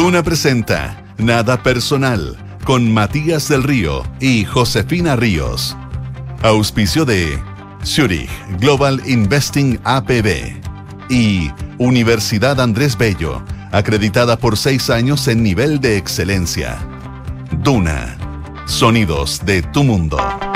Duna presenta Nada Personal con Matías del Río y Josefina Ríos. Auspicio de Zurich Global Investing APB y Universidad Andrés Bello, acreditada por 6 años en nivel de excelencia. Duna, sonidos de tu mundo.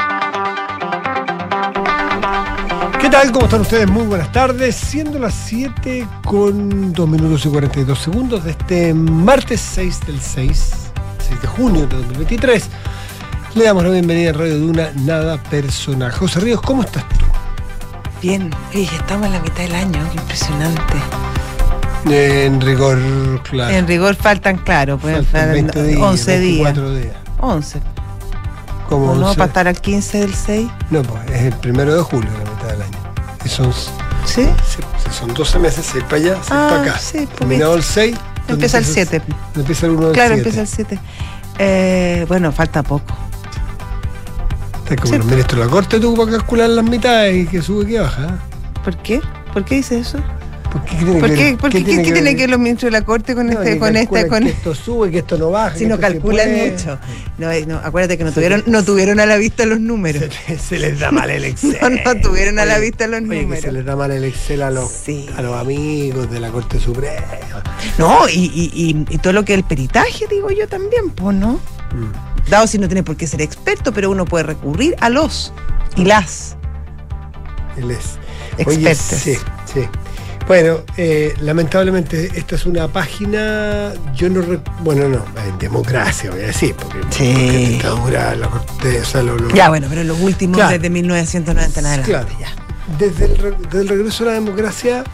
¿Qué tal? ¿Cómo están ustedes? Muy buenas tardes. Siendo las 7 con 2 minutos y 42 segundos de este martes 6 de junio de 2023. Le damos la bienvenida a Radio Duna, Nada Personal. José Ríos, ¿cómo estás tú? Bien. Oye, ya estamos en la mitad del año. Qué impresionante. En rigor, claro. En rigor faltan, claro, pueden faltan 20 días, 11 días. 24 días. 11. ¿Cómo ¿O no? 11? ¿Para estar al 15 del 6? No, pues es el 1 de julio, la mitad del año. Y son, ¿Sí? son 12 meses, 6 para allá, 6 para acá. Sí, pues, Terminado el 6. empieza el 7. Empieza el 1 del Claro, 7. empieza el 7. Bueno, falta poco. Está como Sí. los ministros de la Corte tuvo para calcular las mitades y que sube y que baja. ¿Eh? ¿Por qué? ¿Por qué dices eso? ¿Por qué tiene ¿Por que qué? ver? ¿Qué tiene que ver los ministros de la Corte con No, que calculan que esto sube, que esto no baja. Si que no esto sí calculan puede. mucho. No, acuérdate que no tuvieron a la vista los números. Se les da mal el Excel. No tuvieron a la Oye, vista los oye, números. que se les da mal el Excel a los amigos de la Corte Suprema. No, y todo lo que es el peritaje, digo yo también, pues, ¿no? Dado si no tiene por qué ser experto, pero uno puede recurrir a los y las Él es. expertos. Oye, sí. Bueno, lamentablemente esta es una página, en democracia voy a decir, porque en dictadura la Corte, o sea, Ya, bueno, pero los últimos Claro. desde 1990 en adelante, Claro. ya. Desde el regreso a la democracia,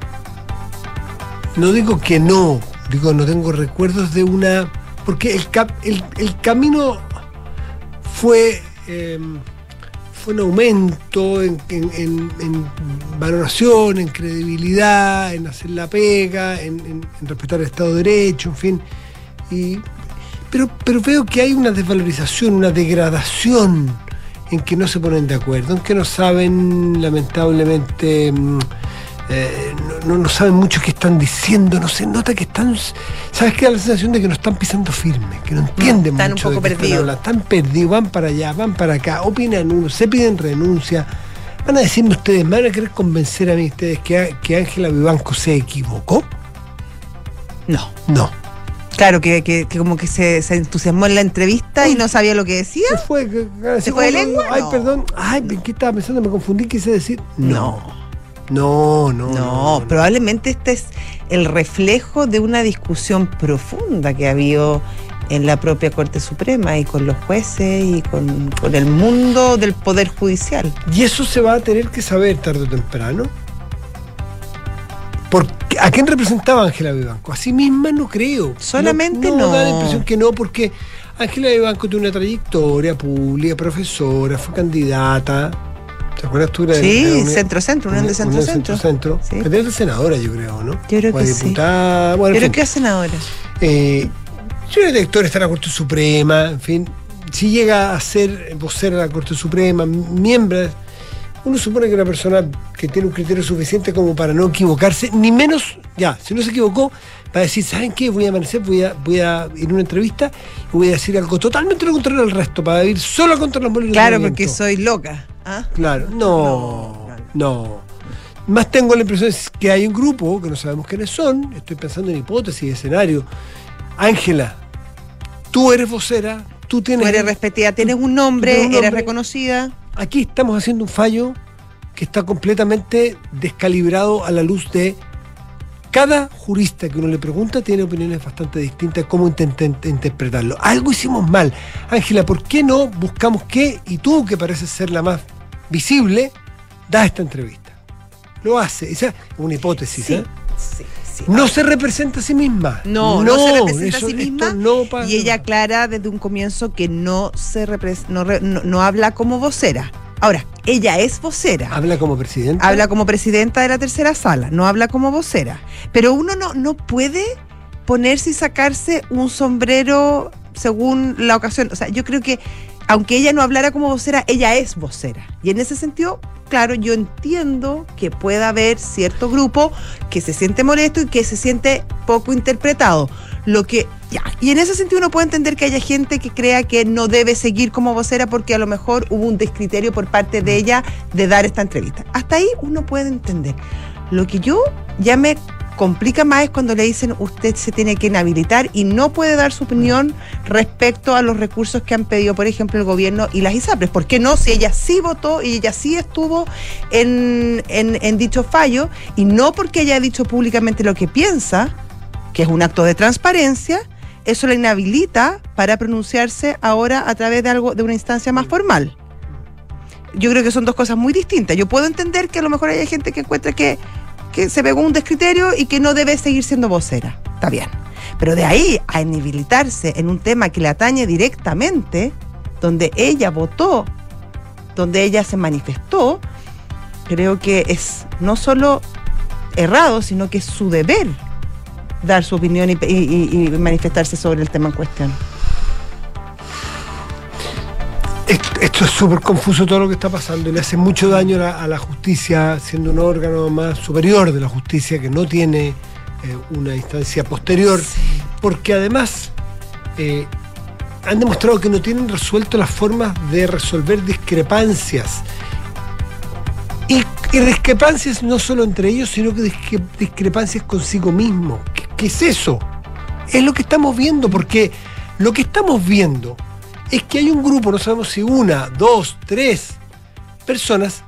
no digo que no tengo recuerdos de una, porque el camino fue un aumento en valoración, en credibilidad, en hacer la pega, en respetar el Estado de Derecho, en fin. Pero veo que hay una desvalorización, una degradación en que no se ponen de acuerdo, en que no saben, lamentablemente, no saben mucho qué están diciendo, no se nota que están, ¿sabes qué? Da la sensación de que no están pisando firme, que no entienden están mucho un poco de qué perdidos. están perdidos, van para allá, van para acá, opinan uno, se piden renuncia. Van a decirme ustedes, ¿me van a querer convencer a mí ustedes que Ángela Vivanco se equivocó? No. Claro, que como que se entusiasmó en la entrevista y no sabía lo que decía. Se fue fue de lengua? Ay, No. perdón. Ay, ¿qué estaba pensando? Me confundí, quise decir. No, probablemente este es el reflejo de una discusión profunda que ha habido en la propia Corte Suprema y con los jueces y con el mundo del Poder Judicial. Y eso se va a tener que saber tarde o temprano. Porque, ¿a quién representaba Ángela Vivanco? A sí misma no creo. Solamente no. no. Da la impresión que no, porque Ángela Vivanco tiene una trayectoria pública, profesora, fue candidata. ¿Te acuerdas tú? Sí, centro-centro, unión de centro-centro. Centro-centro. Sí. Que debe ser senadora, yo creo, ¿no? Yo creo o que diputada, sí. Bueno, Yo en creo fin. que hacen ahora. Señor director está en la Corte Suprema, en fin. Si llega a ser vocera de la Corte Suprema, miembro, uno supone que una persona que tiene un criterio suficiente como para no equivocarse, ni menos, ya, si no se equivocó, va a decir, ¿saben qué? Voy a amanecer, voy a ir a una entrevista y voy a decir algo totalmente lo contrario al resto, para ir solo contra los molinos Claro, de porque viento. soy loca. ¿Ah? Claro, no. Más tengo la impresión es que hay un grupo que no sabemos quiénes son, estoy pensando en hipótesis, escenario. Ángela, tú eres vocera, tú Tú eres respetida, tienes un nombre, eres reconocida. Aquí estamos haciendo un fallo que está completamente descalibrado a la luz de cada jurista que uno le pregunta tiene opiniones bastante distintas de cómo interpretarlo. Algo hicimos mal. Ángela, ¿por qué no buscamos qué? Y tú, que pareces ser la más visible, das esta entrevista. Lo hace. Esa es una hipótesis, Sí. No se representa a sí misma. No se representa a sí esto misma. Y ella aclara desde un comienzo que no habla como vocera. Ahora, ella es vocera. ¿Habla como presidenta? Habla como presidenta de la tercera sala, no habla como vocera. Pero uno no puede ponerse y sacarse un sombrero según la ocasión. O sea, yo creo que aunque ella no hablara como vocera, ella es vocera. Y en ese sentido, claro, yo entiendo que pueda haber cierto grupo que se siente molesto y que se siente poco interpretado. Y en ese sentido uno puede entender que haya gente que crea que no debe seguir como vocera porque a lo mejor hubo un descriterio por parte de ella de dar esta entrevista. Hasta ahí uno puede entender. Lo que ya me complica más es cuando le dicen usted se tiene que inhabilitar y no puede dar su opinión respecto a los recursos que han pedido, por ejemplo, el gobierno y las ISAPRES. ¿Por qué no? Si ella sí votó y ella sí estuvo en dicho fallo, y no porque ella ha dicho públicamente lo que piensa, que es un acto de transparencia, eso la inhabilita para pronunciarse ahora a través de una instancia más formal. Yo creo que son dos cosas muy distintas. Yo puedo entender que a lo mejor hay gente que encuentra que se pegó un descriterio y que no debe seguir siendo vocera. Está bien. Pero de ahí a inhabilitarse en un tema que le atañe directamente, donde ella votó, donde ella se manifestó, creo que es no solo errado, sino que es su deber dar su opinión y manifestarse sobre el tema en cuestión. Esto es súper confuso todo lo que está pasando y le hace mucho daño a la justicia, siendo un órgano más superior de la justicia que no tiene una instancia posterior, sí. Porque además han demostrado que no tienen resuelto las formas de resolver discrepancias. Y discrepancias no solo entre ellos, sino que discrepancias consigo mismo. ¿Qué es eso? Es lo que estamos viendo, porque lo que estamos viendo es que hay un grupo, no sabemos si 1, 2, 3 personas,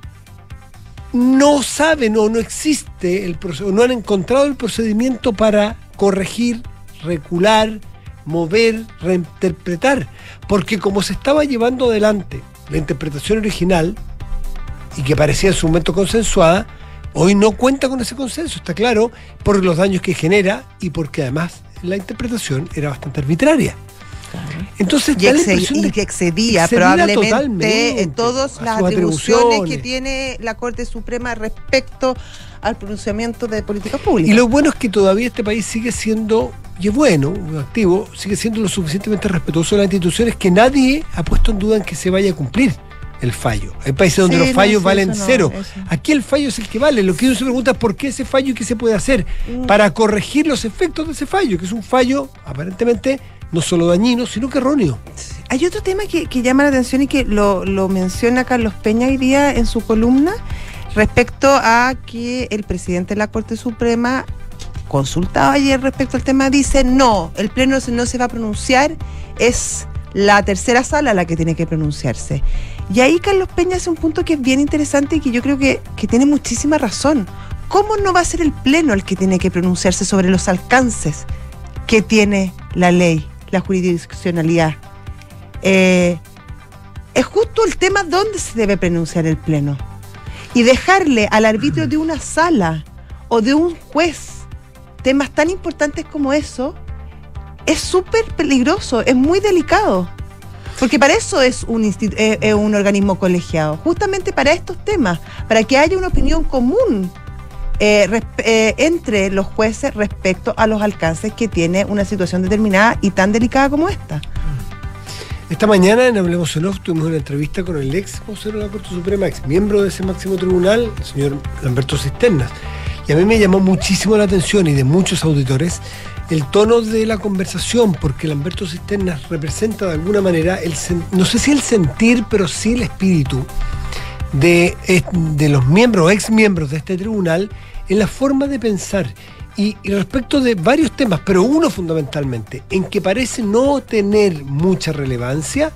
no saben o no existe el proceso, no han encontrado el procedimiento para corregir, recular, mover, reinterpretar. Porque como se estaba llevando adelante la interpretación original, y que parecía en su momento consensuada, hoy no cuenta con ese consenso, está claro, por los daños que genera y porque además la interpretación era bastante arbitraria. Entonces, que excedía probablemente en todas las atribuciones que tiene la Corte Suprema respecto al pronunciamiento de políticas públicas. Y lo bueno es que todavía este país sigue siendo, y es bueno, activo, sigue siendo lo suficientemente respetuoso de las instituciones que nadie ha puesto en duda en que se vaya a cumplir el fallo. Hay países donde los fallos valen cero. Aquí el fallo es el que vale. Lo que uno se pregunta es por qué ese fallo y qué se puede hacer para corregir los efectos de ese fallo, que es un fallo aparentemente no solo dañino, sino que erróneo. Hay otro tema que llama la atención y que lo menciona Carlos Peña hoy día en su columna respecto a que el presidente de la Corte Suprema, consultado ayer respecto al tema, dice no, el Pleno no se va a pronunciar, es la tercera sala la que tiene que pronunciarse. Y ahí Carlos Peña hace un punto que es bien interesante y que yo creo que tiene muchísima razón. ¿Cómo no va a ser el Pleno el que tiene que pronunciarse sobre los alcances que tiene la ley, la jurisdiccionalidad? Es justo el tema donde se debe pronunciar el Pleno. Y dejarle al arbitrio de una sala o de un juez temas tan importantes como eso es súper peligroso, es muy delicado. Porque para eso es un organismo colegiado, justamente para estos temas, para que haya una opinión común entre los jueces respecto a los alcances que tiene una situación determinada y tan delicada como esta. Esta mañana en Hablemos en Off tuvimos una entrevista con el ex vocero de la Corte Suprema, ex miembro de ese máximo tribunal, el señor Lamberto Cisternas. Y a mí me llamó muchísimo la atención, y de muchos auditores, el tono de la conversación, porque Lamberto Cisternas representa de alguna manera, no sé si el sentir, pero sí el espíritu de los miembros o ex miembros de este tribunal en la forma de pensar y respecto de varios temas, pero uno fundamentalmente, en que parece no tener mucha relevancia,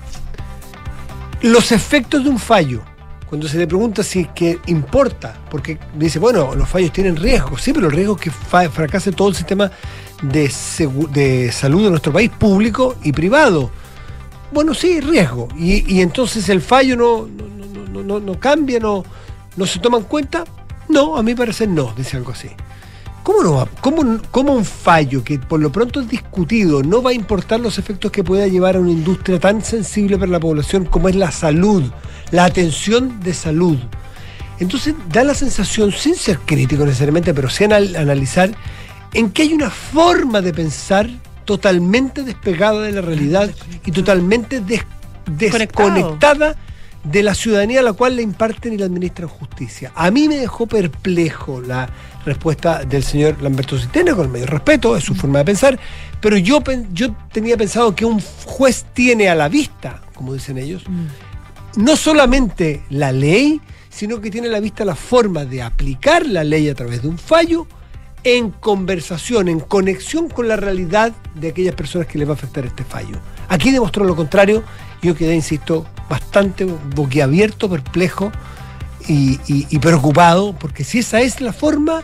los efectos de un fallo. Cuando se le pregunta si es que importa, porque dice, bueno, los fallos tienen riesgos, sí, pero el riesgo es que fracase todo el sistema de salud de nuestro país, público y privado. Bueno, sí, riesgo. Y entonces el fallo no cambia, no se toma en cuenta. No, a mi parecer no, dice algo así. ¿Cómo no va? ¿Cómo un fallo que por lo pronto es discutido no va a importar los efectos que pueda llevar a una industria tan sensible para la población como es la salud, la atención de salud? Entonces da la sensación, sin ser crítico necesariamente, pero sí analizar, en que hay una forma de pensar totalmente despegada de la realidad y totalmente desconectada de la ciudadanía a la cual le imparten y le administran justicia. A mí me dejó perplejo la respuesta del señor Lamberto Cisterne, con el mayor respeto, es su forma de pensar, pero yo tenía pensado que un juez tiene a la vista, como dicen ellos, no solamente la ley, sino que tiene a la vista la forma de aplicar la ley a través de un fallo, en conversación, en conexión con la realidad de aquellas personas que les va a afectar este fallo. Aquí demostró lo contrario. Yo quedé, insisto, bastante boquiabierto, perplejo y preocupado, porque si esa es la forma,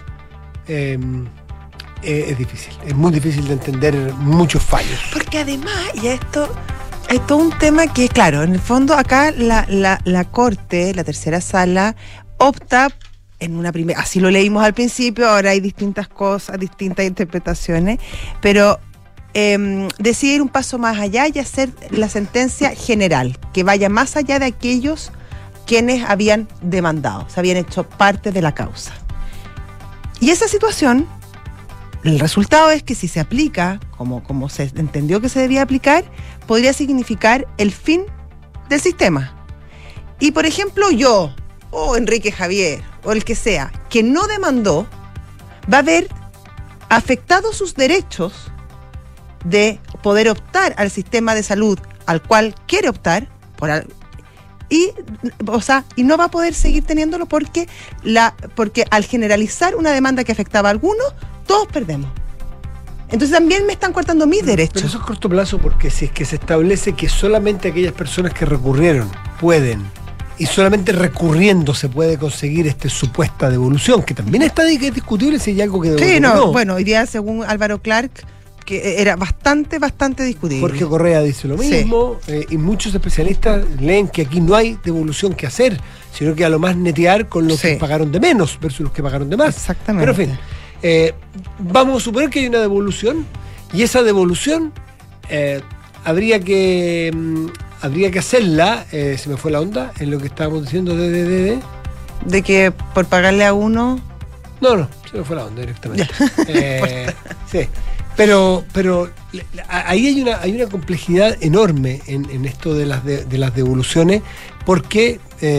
es difícil. Es muy difícil de entender muchos fallos. Porque además, y esto es todo un tema que, claro, en el fondo acá la Corte, la tercera sala, opta en una primera, así lo leímos al principio, ahora hay distintas cosas, distintas interpretaciones, pero decide ir un paso más allá y hacer la sentencia general, que vaya más allá de aquellos quienes habían demandado, se habían hecho parte de la causa. Y esa situación, el resultado es que si se aplica, como se entendió que se debía aplicar, podría significar el fin del sistema. Y por ejemplo, yo, o Enrique Javier, o el que sea, que no demandó, va a ver afectados sus derechos de poder optar al sistema de salud al cual quiere optar, y no va a poder seguir teniéndolo porque al generalizar una demanda que afectaba a algunos, todos perdemos. Entonces también me están cortando mis derechos. Pero eso es corto plazo, porque si es que se establece que solamente aquellas personas que recurrieron pueden, y solamente recurriendo se puede conseguir supuesta devolución, que también está discutible si hay algo que devolver. Sí, no, bueno, hoy día según Álvaro Clark, que era bastante discutible. Jorge Correa dice lo mismo, sí. Y muchos especialistas leen que aquí no hay devolución que hacer, sino que a lo más netear con los que pagaron de menos versus los que pagaron de más. Exactamente. Pero en fin, vamos a suponer que hay una devolución, y esa devolución habría que hacerla, se me fue la onda en lo que estábamos diciendo de que por pagarle a uno. No, se me fue la onda directamente. Sí. Pero ahí hay una complejidad enorme en esto de las devoluciones, porque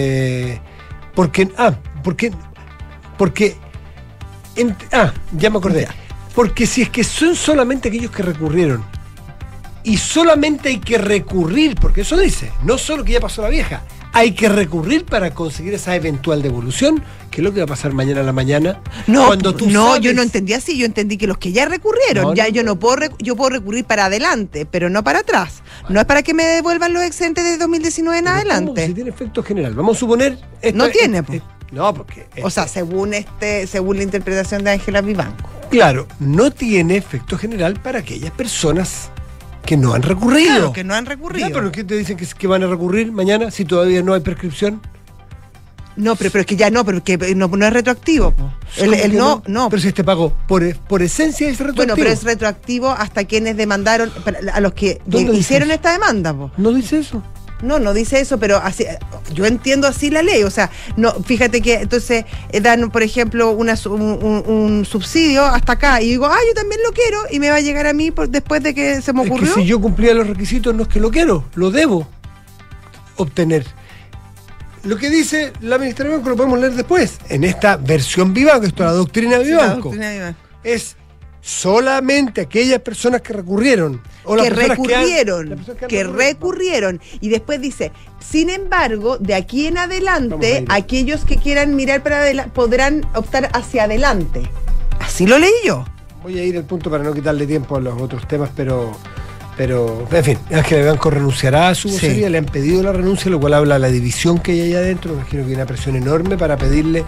ya me acordé. Porque si es que son solamente aquellos que recurrieron, y solamente hay que recurrir, porque eso dice, no solo que ya pasó la vieja, hay que recurrir para conseguir esa eventual devolución, que es lo que va a pasar mañana a la mañana. Yo no entendí así, yo entendí que los que ya recurrieron, yo puedo recurrir para adelante, pero no para atrás. No es para que me devuelvan los excedentes de 2019 en adelante. Si tiene efecto general, vamos a suponer. No tiene, no, porque. Según la interpretación de Ángela Vivanco. Claro, no tiene efecto general para aquellas personas que no han recurrido. Claro, que no han recurrido. Ya, pero ¿qué te dicen que van a recurrir mañana si todavía no hay prescripción? No, pero es que ya no es retroactivo. No. Pero si este pago por esencia es retroactivo. Bueno, pero es retroactivo hasta quienes demandaron, a los que hicieron esta demanda. ¿No dice eso? No dice eso, pero así, yo entiendo así la ley. O sea, no, fíjate que entonces dan, por ejemplo, un subsidio hasta acá y digo, yo también lo quiero y me va a llegar a mí después de que se me ocurrió. Es que si yo cumplía los requisitos, no es que lo quiero, lo debo obtener. Lo que dice la ministra Vivanco lo podemos leer después. En esta versión Vivanco, esto es la doctrina Vivanco, es solamente aquellas personas que recurrieron. O las que recurrieron. Y después dice, sin embargo, de aquí en adelante, aquellos que quieran mirar para adelante podrán optar hacia adelante. Así lo leí yo. Voy a ir al punto para no quitarle tiempo a los otros temas, pero en fin, Ángela Vivanco renunciará a su vocería, le han pedido la renuncia, lo cual habla de la división que hay allá adentro. Me imagino que hay una presión enorme para pedirle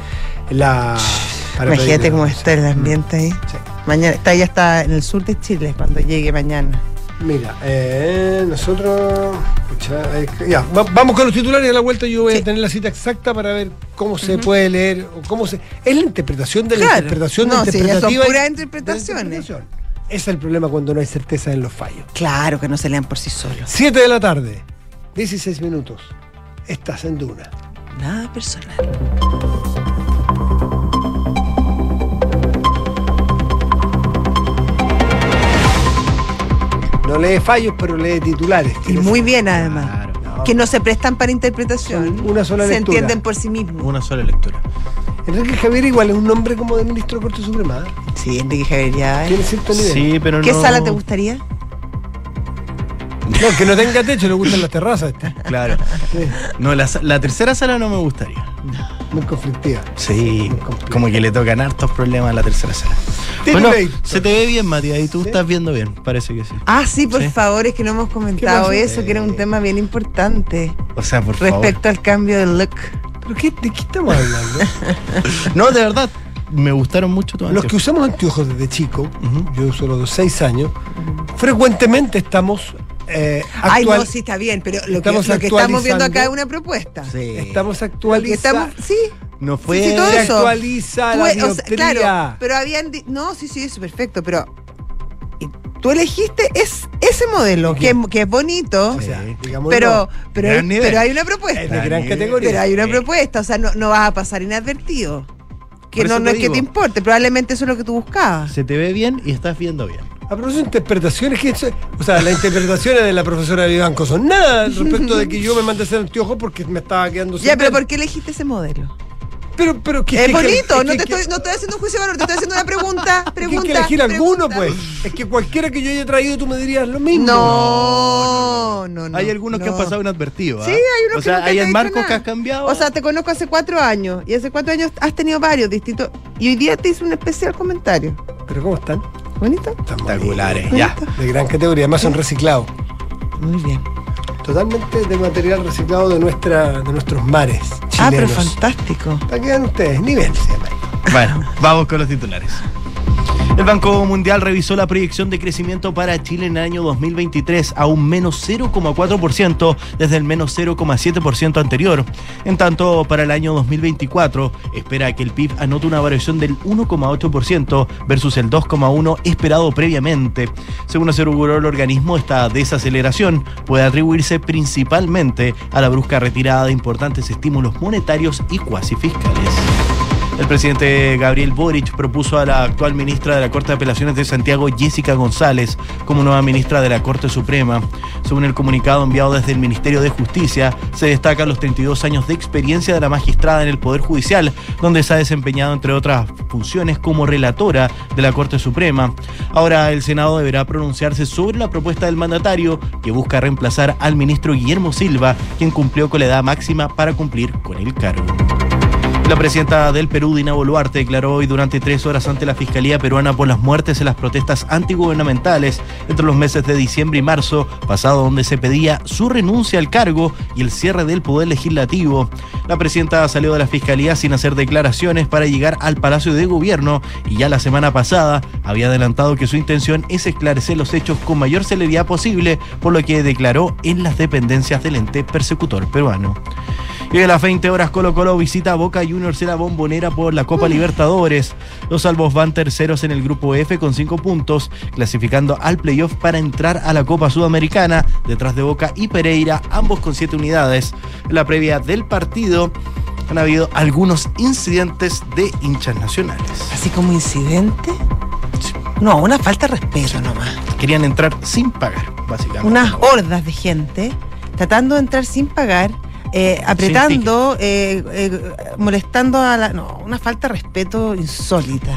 Imagínate cómo está el ambiente ahí. Sí. Mañana ya está en el sur de Chile cuando llegue mañana. Mira, nosotros vamos con los titulares. A la vuelta yo voy a tener la cita exacta para ver cómo se puede leer o cómo se. Es la interpretación de la interpretación interpretativa. Son puras interpretaciones. Ese es el problema cuando no hay certeza en los fallos. Claro, que no se lean por sí solos. 7 de la tarde, 16 minutos. Estás en Duna. Nada personal. No lee fallos, pero lee titulares. Y muy bien, además. Claro, que no se prestan para interpretación. Son una sola se lectura. entienden por sí mismos. Una sola lectura. Enrique Javier igual es un nombre como de ministro de Corte Suprema. Sí, Enrique Javier ya. Tiene cierto nivel. Sí, pero ¿Qué no... sala te gustaría? No, que no tenga techo, le gustan las terrazas. Claro. Sí, No, la tercera sala no me gustaría. muy conflictiva. Sí, Muy compleja. como que le tocan hartos problemas a la tercera sala. Tiene Bueno, mérito. se te ve bien, Matías, y tú ¿Sí? estás viendo bien, parece que sí. Ah, sí, por Sí. favor, es que no hemos comentado pasó? eso, que era un tema bien importante O sea, por favor. respecto al cambio de look. ¿Pero de qué estamos hablando? No, de verdad, me gustaron mucho tus Los que anteojos. usamos anteojos desde chico, Ujú. yo uso los de 6 años, frecuentemente estamos Ay, no, sí, está bien, pero lo que estamos estamos viendo acá es actualizando. una propuesta. Sí. estamos Lo que actualizando. estamos, sí, No fue... Sí, sí, todo Se eso. actualiza Tú, la o sea, dioptría. claro, pero habían no, sí, eso perfecto, pero y tú elegiste ese modelo, que es bonito, O sea, Sí. digámoslo, Gran nivel. pero hay una propuesta. es de gran Gran categoría. Pero hay una Sí. propuesta, o sea, no vas a pasar inadvertido. Que Por eso no te es que digo. te importe, probablemente eso es lo que tú buscabas. Se te ve bien y estás viendo bien. A propósito de interpretaciones, o sea, las interpretaciones de la profesora Vivanco son nada respecto de que yo me mandé a hacer anteojos porque me estaba quedando sin Ya, pero ver. ¿por qué elegiste ese modelo? Pero que Es bonito, que- no que- te estoy haciendo un juicio de valor, te estoy haciendo una pregunta. que hay que elegir alguno, pregunta. pues. Es que cualquiera que yo haya traído, tú me dirías lo mismo. No. Hay algunos que han no. pasado inadvertidos. Sí, ¿ah? hay unos O que sea, nunca hay te han dicho marcos nada. que has cambiado. O sea, te conozco hace 4 años y hace 4 años has tenido varios distintos. Y hoy día te hice un especial comentario. Pero ¿cómo están? ¿Bonito? Están espectaculares. bonitos. Ya. De gran categoría, además son reciclados. Muy bien. Totalmente de material reciclado de nuestros mares chilenos. Ah, pero fantástico. Para que vean ustedes, nivel se llama. Bueno, vamos con los titulares. El Banco Mundial revisó la proyección de crecimiento para Chile en el año 2023 a un menos 0,4% desde el menos 0,7% anterior. En tanto, para el año 2024 espera que el PIB anote una variación del 1,8% versus el 2,1% esperado previamente. Según aseguró el organismo, esta desaceleración puede atribuirse principalmente a la brusca retirada de importantes estímulos monetarios y cuasi fiscales. El presidente Gabriel Boric propuso a la actual ministra de la Corte de Apelaciones de Santiago, Jessica González, como nueva ministra de la Corte Suprema. Según el comunicado enviado desde el Ministerio de Justicia, se destacan los 32 años de experiencia de la magistrada en el Poder Judicial, donde se ha desempeñado, entre otras funciones, como relatora de la Corte Suprema. Ahora el Senado deberá pronunciarse sobre la propuesta del mandatario, que busca reemplazar al ministro Guillermo Silva, quien cumplió con la edad máxima para cumplir con el cargo. La presidenta del Perú, Dina Boluarte, declaró hoy durante 3 horas ante la Fiscalía peruana por las muertes en las protestas antigubernamentales entre los meses de diciembre y marzo pasado, donde se pedía su renuncia al cargo y el cierre del Poder Legislativo. La presidenta salió de la Fiscalía sin hacer declaraciones para llegar al Palacio de Gobierno y ya la semana pasada había adelantado que su intención es esclarecer los hechos con mayor celeridad posible, por lo que declaró en las dependencias del ente persecutor peruano. Y a las 20 horas Colo-Colo visita a Boca Juniors en la Bombonera por la Copa Libertadores. Los albos van terceros en el grupo F con 5 puntos, clasificando al playoff para entrar a la Copa Sudamericana, detrás de Boca y Pereira, ambos con 7 unidades. En la previa del partido han habido algunos incidentes de hinchas nacionales. ¿Así como incidente? No, una falta de respeto nomás. Querían entrar sin pagar, básicamente. Unas hordas de gente tratando de entrar sin pagar, apretando, molestando a la... No, una falta de respeto insólita.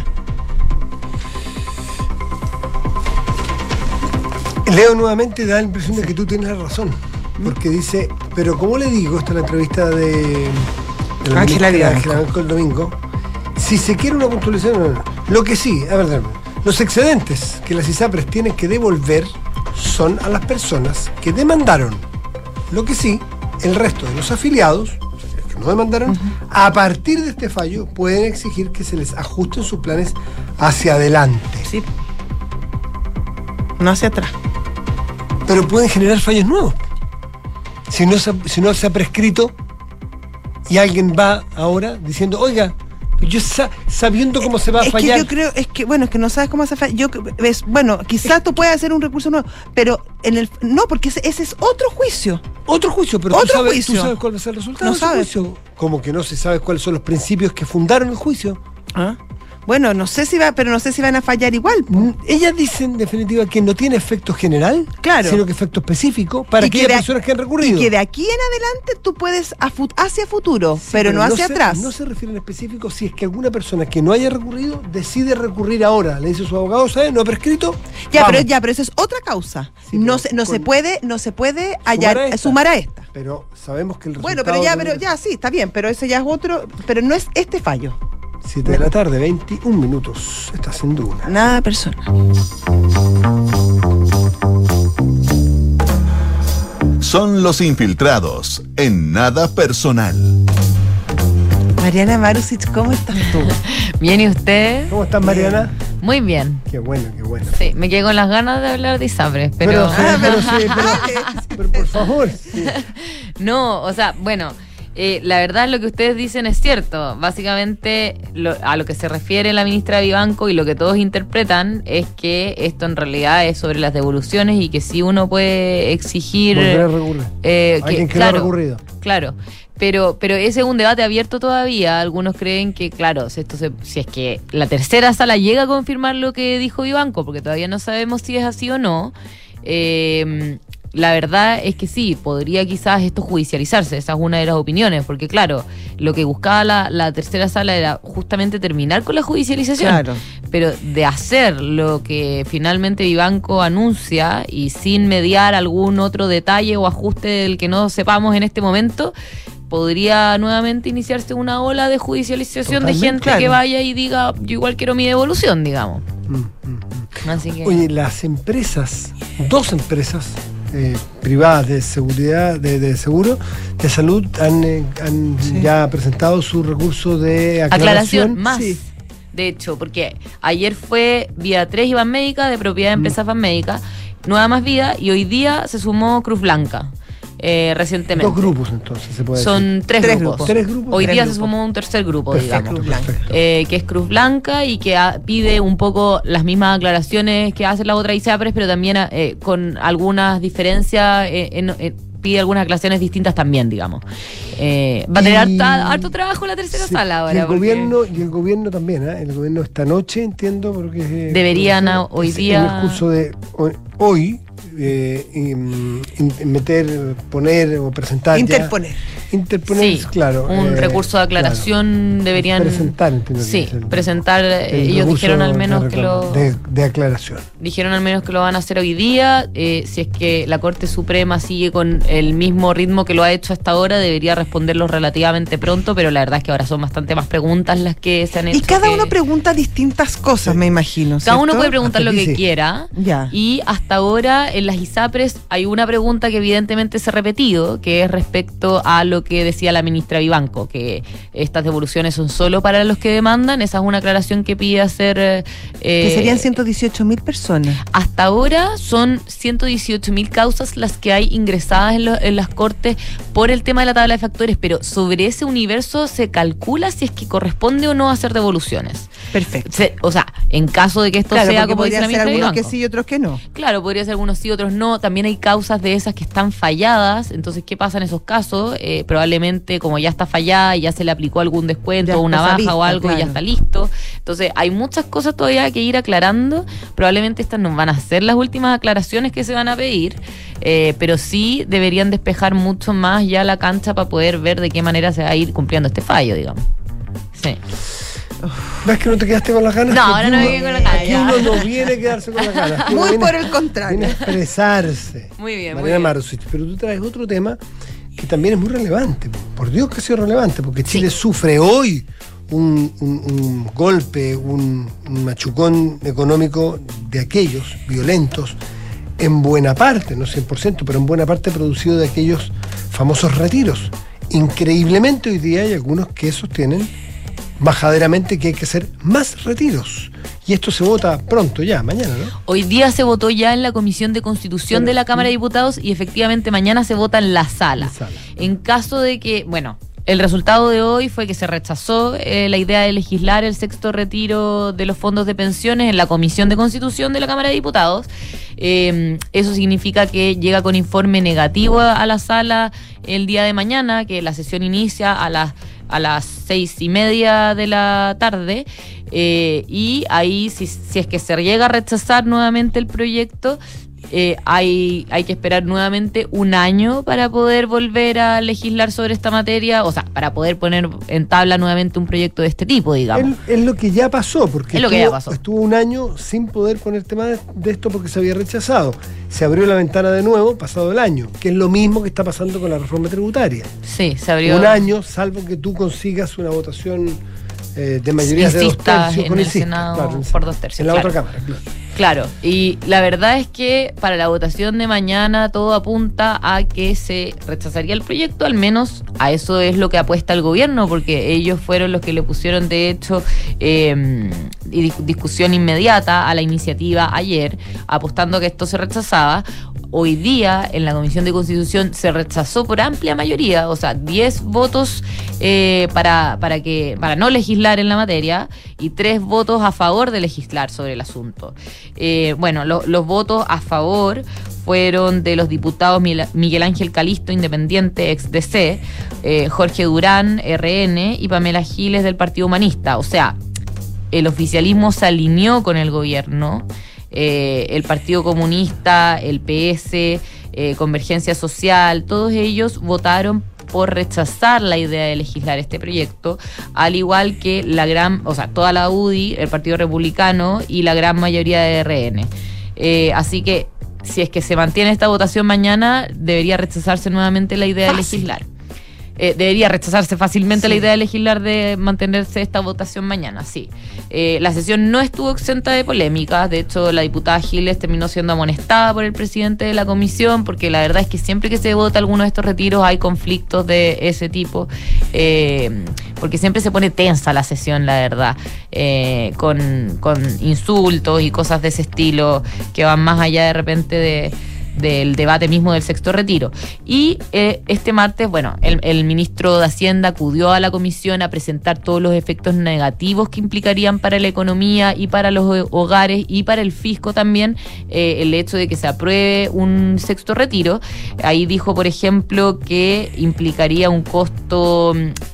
Leo nuevamente y da la impresión de que tú tienes la razón. Porque dice, pero ¿cómo le digo? Esta es la entrevista de la Ángela ministra Vivanco. Ángela Vivanco el domingo. Si se quiere una puntualización, no. Lo que sí, a ver, los excedentes que las ISAPRES tienen que devolver son a las personas que demandaron. Lo que sí, el resto de los afiliados, o sea, que no demandaron, a partir de este fallo pueden exigir que se les ajusten sus planes hacia adelante. Sí. No hacia atrás. Pero pueden generar fallos nuevos. Si no se ha prescrito y alguien va ahora diciendo, oiga, yo sabiendo cómo se va a Es fallar. que yo creo, es que no sabes cómo se falla. Bueno, quizás tú puedas hacer un recurso nuevo, pero no, porque ese es otro juicio. Otro juicio, pero Otro tú sabes juicio. cuál va a ser el resultado No de ese sabes. juicio. Como que no se sabe cuáles son los principios que fundaron el juicio. ¿Ah? Bueno, no sé si van a fallar igual. Ellas dicen en definitiva que no tiene efecto general, Claro. sino que efecto específico para Y que aquellas de- personas que han recurrido. Y que de aquí en adelante tú puedes hacia futuro, Sí, pero no hacia atrás. No se refiere en específico si es que alguna persona que no haya recurrido decide recurrir ahora. Le dice su abogado, ¿sabes? No ha prescrito. Pero vamos. eso es otra causa. Sí, no pero se con- puede sumar a esta. Pero sabemos que el Bueno, resultado... pero ya sí, está bien, pero eso ya es otro, pero no es este fallo. 7 de la tarde, 21 minutos. Estás en Duna. Nada personal. Son los infiltrados en Nada Personal. Mariana Marusic, ¿cómo estás tú? Bien, ¿y usted? ¿Cómo estás, Mariana? Muy bien. Qué bueno, qué bueno. Sí, me quedé con las ganas de hablar de ISAPRES, pero... Pero por favor. Sí. No, o sea, bueno, la verdad lo que ustedes dicen es cierto. Básicamente, a lo que se refiere la ministra Vivanco y lo que todos interpretan es que esto en realidad es sobre las devoluciones y que si uno puede exigir... Volver a recurrir. Alguien que no ha recurrido. Claro, pero ese es un debate abierto todavía. Algunos creen que, claro, si es que la tercera sala llega a confirmar lo que dijo Vivanco, porque todavía no sabemos si es así o no, la verdad es que sí, podría quizás esto judicializarse. Esa es una de las opiniones, porque claro, lo que buscaba la tercera sala era justamente terminar con la judicialización. Claro. Pero de hacer lo que finalmente Vivanco anuncia y sin mediar algún otro detalle o ajuste del que no sepamos en este momento, podría nuevamente iniciarse una ola de judicialización Totalmente, de gente claro. que vaya y diga, yo igual quiero mi devolución, digamos. Así que... Oye, las empresas, 2 empresas privadas de seguridad, de seguro, de salud, han Sí. ya presentado su recurso de aclaración aclaración. más. Sí. De hecho, porque ayer fue Vida 3 y Banmédica, de propiedad de empresas Banmédica, Nueva Más Vida, y hoy día se sumó Cruz Blanca, recientemente. 2 grupos, entonces, se puede Son decir. 3 Tres grupos. grupos. 3 grupos. Hoy Tres día grupos. se sumó un tercer grupo, Perfecto, digamos. Cruz Blanca. perfecto. Que es Cruz Blanca y que pide un poco las mismas aclaraciones que hace la otra ISAPRES, pero también con algunas diferencias, pide algunas aclaraciones distintas también, digamos. Va a tener Y- harto trabajo la tercera Sí, sala ahora. y el porque- gobierno también, ¿eh? El gobierno esta noche, entiendo, porque Deberían hoy día- en el curso de hoy poner o presentar interponer, Sí, claro, un recurso de aclaración claro. deberían presentar, entiendo que sí, es el- presentar. el Ellos recurso dijeron al de menos que reclamo, lo de aclaración. dijeron al menos que lo van a hacer hoy día. Si es que la Corte Suprema sigue con el mismo ritmo que lo ha hecho hasta ahora, debería responderlo relativamente pronto, pero la verdad es que ahora son bastante más preguntas las que se han hecho. Y cada que- uno pregunta distintas cosas, Sí. me imagino. Cada uno ¿cierto? puede preguntar Hasta lo aquí que sí. quiera. Ya. Y hasta ahora en las ISAPRES hay una pregunta que evidentemente se ha repetido, que es respecto a lo que decía la ministra Vivanco, que estas devoluciones son solo para los que demandan. Esa es una aclaración que pide hacer... Que serían 118.000 personas. Hasta ahora son 118.000 causas las que hay ingresadas en las cortes por el tema de la tabla de factores, pero sobre ese universo se calcula si es que corresponde o no hacer devoluciones. Perfecto. O sea, en caso de que esto Claro, sea porque como dice la podrían ser ministra algunos que Vivanco. sí y otros que no. Claro, podría ser algunos sí, otros no. También hay causas de esas que están falladas. Entonces, ¿qué pasa en esos casos? Probablemente, como ya está fallada y ya se le aplicó algún descuento Ya o una está baja vista, o algo y ya claro. está listo. Entonces, hay muchas cosas todavía que ir aclarando. Probablemente estas no van a ser las últimas aclaraciones que se van a pedir, pero sí deberían despejar mucho más ya la cancha para poder ver de qué manera se va a ir cumpliendo este fallo, digamos. Sí. ¿Ves que no te quedaste con las ganas? No, Aquí ahora no me uno- quedé con las ganas, Aquí ya. uno no viene a quedarse con las ganas. Aquí uno Muy viene- por el contrario. Viene a expresarse. Muy bien, muy Mariana bien. Marusic, pero tú traes otro tema que también es muy relevante. Por Dios que ha sido relevante, porque Chile sufre hoy un golpe, un machucón económico de aquellos violentos, en buena parte, no 100%, pero en buena parte producido de aquellos famosos retiros. Increíblemente hoy día hay algunos que sostienen majaderamente que hay que hacer más retiros. Y esto se vota pronto ya, mañana, ¿no? Hoy día se votó ya en la Comisión de Constitución de la Cámara de Diputados y efectivamente mañana se vota en la sala. En sala. En caso de que, bueno, el resultado de hoy fue que se rechazó la idea de legislar el sexto retiro de los fondos de pensiones en la Comisión de Constitución de la Cámara de Diputados. Eso significa que llega con informe negativo a la sala el día de mañana, que la sesión inicia a las a las 6:30 de la tarde. Y ahí, si es que se llega a rechazar nuevamente el proyecto, hay que esperar nuevamente un año para poder volver a legislar sobre esta materia, o sea, para poder poner en tabla nuevamente un proyecto de este tipo, digamos. Es lo que ya pasó, porque estuvo un año sin poder poner tema de esto porque se había rechazado. Se abrió la ventana de nuevo pasado el año, que es lo mismo que está pasando con la reforma tributaria. Sí, se abrió. Un año, salvo que tú consigas una votación de mayoría de 2 tercios en el Senado, claro, por 2 tercios. En la otra Cámara, claro. Claro, y la verdad es que para la votación de mañana todo apunta a que se rechazaría el proyecto, al menos a eso es lo que apuesta el gobierno, porque ellos fueron los que le pusieron, de hecho, discusión inmediata a la iniciativa ayer, apostando a que esto se rechazaba. Hoy día en la Comisión de Constitución se rechazó por amplia mayoría, o sea, 10 votos para no legislar en la materia y 3 votos a favor de legislar sobre el asunto. Los votos a favor fueron de los diputados Miguel Ángel Calisto, independiente, ex DC, Jorge Durán, RN, y Pamela Giles, del Partido Humanista. O sea, el oficialismo se alineó con el gobierno. El Partido Comunista, el PS, Convergencia Social, todos ellos votaron por rechazar la idea de legislar este proyecto, al igual que toda la UDI, el Partido Republicano y la gran mayoría de RN. Así que, si es que se mantiene esta votación mañana, debería rechazarse nuevamente la idea de legislar. Debería rechazarse fácilmente la idea de legislar, de mantenerse esta votación mañana, sí. La sesión no estuvo exenta de polémicas. De hecho, la diputada Giles terminó siendo amonestada por el presidente de la comisión, porque la verdad es que siempre que se vota alguno de estos retiros hay conflictos de ese tipo, porque siempre se pone tensa la sesión, la verdad, con insultos y cosas de ese estilo que van más allá de repente del debate mismo del sexto retiro. Y este martes, el ministro de Hacienda acudió a la comisión a presentar todos los efectos negativos que implicarían para la economía y para los hogares y para el fisco también el hecho de que se apruebe un sexto retiro. Ahí dijo, por ejemplo, que implicaría un costo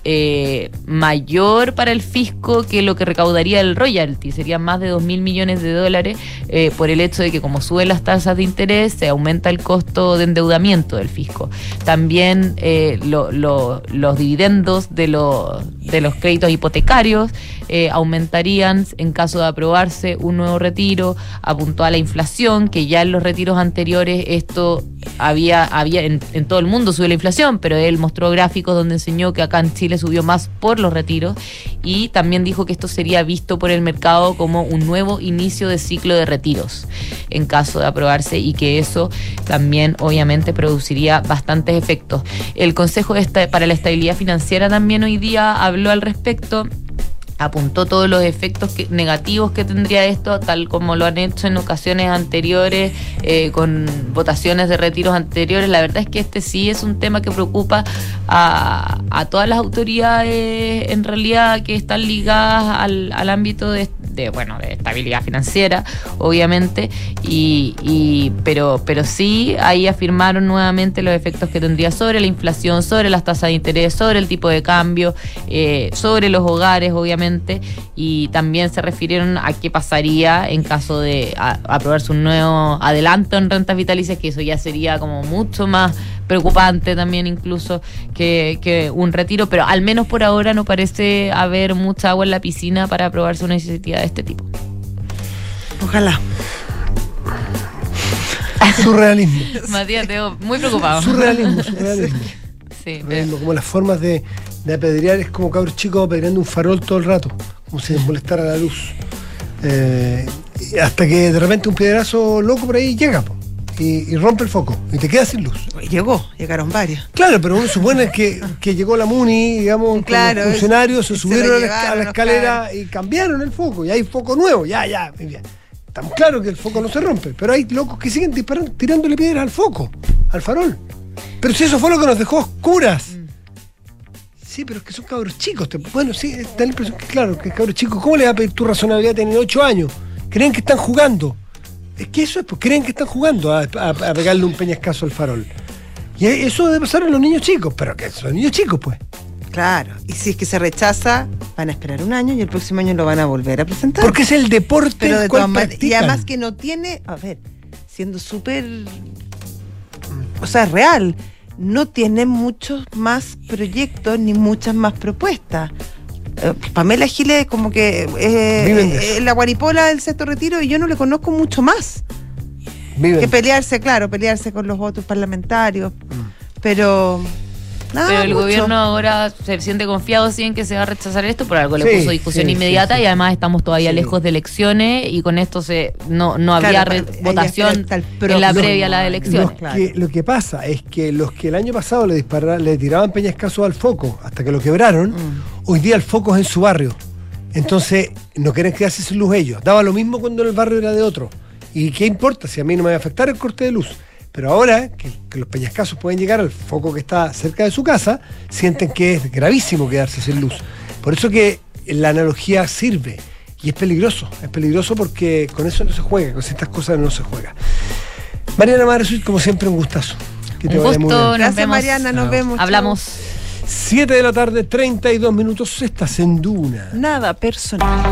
mayor para el fisco que lo que recaudaría el royalty. Serían más de $2.000 millones por el hecho de que, como suben las tasas de interés, se aumenta el costo de endeudamiento del fisco. También los dividendos de los créditos hipotecarios aumentarían en caso de aprobarse un nuevo retiro. Apuntó a la inflación, que ya en los retiros anteriores esto había en todo el mundo subió la inflación, pero él mostró gráficos donde enseñó que acá en Chile subió más por los retiros, y también dijo que esto sería visto por el mercado como un nuevo inicio de ciclo de retiros en caso de aprobarse, y que eso también obviamente produciría bastantes efectos. El Consejo para la Estabilidad Financiera también hoy día habló al respecto. Apuntó todos los efectos negativos que tendría esto, tal como lo han hecho en ocasiones anteriores, con votaciones de retiros anteriores. La verdad es que este sí es un tema que preocupa a todas las autoridades, en realidad, que están ligadas al ámbito de estabilidad financiera, obviamente, pero sí ahí afirmaron nuevamente los efectos que tendría sobre la inflación, sobre las tasas de interés, sobre el tipo de cambio, sobre los hogares, obviamente, y también se refirieron a qué pasaría en caso de aprobarse un nuevo adelanto en rentas vitalicias, que eso ya sería como mucho más preocupante también incluso que un retiro, pero al menos por ahora no parece haber mucha agua en la piscina para aprobarse una iniciativa de este tipo. Ojalá. Surrealismo. Matías, te veo muy preocupado. Surrealismo. Sí, como las formas de apedrear, es como cabros chicos apedreando un farol todo el rato, como si les molestara la luz. Hasta que de repente un piedrazo loco por ahí llega y rompe el foco y te quedas sin luz. Llegaron varios. Claro, pero uno supone que llegó la MUNI, digamos, claro, con los funcionarios, se subieron a la escalera y cambiaron el foco, y hay foco nuevo, ya, bien. Estamos claros que el foco no se rompe, pero hay locos que siguen disparando, tirándole piedras al foco, al farol. Pero si eso fue lo que nos dejó oscuras. Sí, pero es que son cabros chicos. Sí, da la impresión que, claro, que cabros chicos, ¿cómo le va a pedir tu razonabilidad tener 8 años? Creen que están jugando. Es que eso es, pues creen que están jugando a pegarle un peñascazo al farol. Y eso debe pasar en los niños chicos, pero que son niños chicos, pues. Claro, y si es que se rechaza, van a esperar un año y el próximo año lo van a volver a presentar. Porque es el deporte pero de el cual todas maneras, y practican. además que no tiene, a ver, siendo súper, o sea, real, no tiene muchos más proyectos ni muchas más propuestas. Pamela Giles como que Viven de eso. la guaripola del sexto retiro y yo no le conozco mucho más Viven. que pelearse con los votos parlamentarios, pero nada Pero el mucho. gobierno ahora se siente confiado sí en que se va a rechazar esto, por algo le Sí, puso discusión sí, inmediata sí, sí. y además estamos todavía Sí. lejos de elecciones y con esto no había Claro, votación hasta el en la próximo previa a las año. elecciones. Claro. Lo que pasa es que los que el año pasado le tiraban peñascasos al foco hasta que lo quebraron, hoy día el foco es en su barrio. Entonces no quieren quedarse sin luz ellos. Daba lo mismo cuando el barrio era de otro. ¿Y qué importa si a mí no me va a afectar el corte de luz? Pero ahora que los peñascasos pueden llegar al foco que está cerca de su casa, sienten que es gravísimo quedarse sin luz. Por eso que la analogía sirve. Y es peligroso porque con eso no se juega, con estas cosas no se juega. Mariana Madresuit, como siempre, un gustazo. Que te Un vaya muy gusto, bien. nos Gracias, vemos. Mariana, nos vemos. Hablamos. 7 de la tarde, 32 minutos, estás en Duna. Nada personal.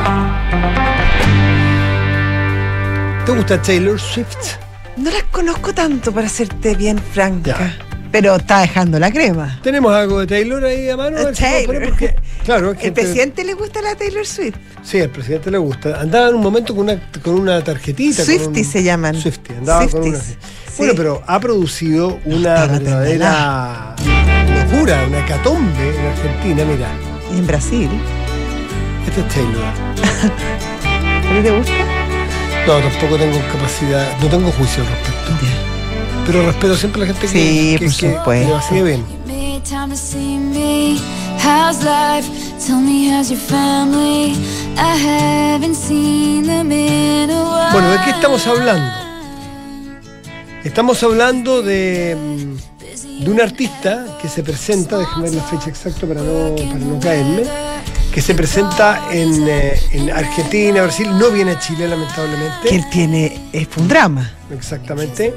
¿Te gusta Taylor Swift? No las conozco tanto, para serte bien franca. Ya. Pero está dejando la crema. ¿Tenemos algo de Taylor ahí a mano? A ver si podemos Taylor. poner, porque, claro, es ¿El gente- presidente le gusta la Taylor Swift? Sí, al presidente le gusta. Andaba en un momento con una tarjetita. Swiftie se llaman. Swiftie, andaba con una. Swifties. Bueno, Sí. pero ha producido una estaba tan verdadera locura, una hecatombe en Argentina. Mira, Y en Brasil. este es Taylor. ¿A ti te gusta? No, tampoco tengo capacidad, no tengo juicio al respecto. Pero respeto siempre a la gente Sí, que por supuesto. lo hacía bien. You made time to see me. How's life? Tell me, how's your family? I haven't seen them in a while. Bueno, ¿de qué estamos hablando? Estamos hablando de un artista que se presenta, déjame ver la fecha exacta para no caerme, que se presenta en Argentina, Brasil, no viene a Chile lamentablemente. Que él tiene, es un drama. Exactamente.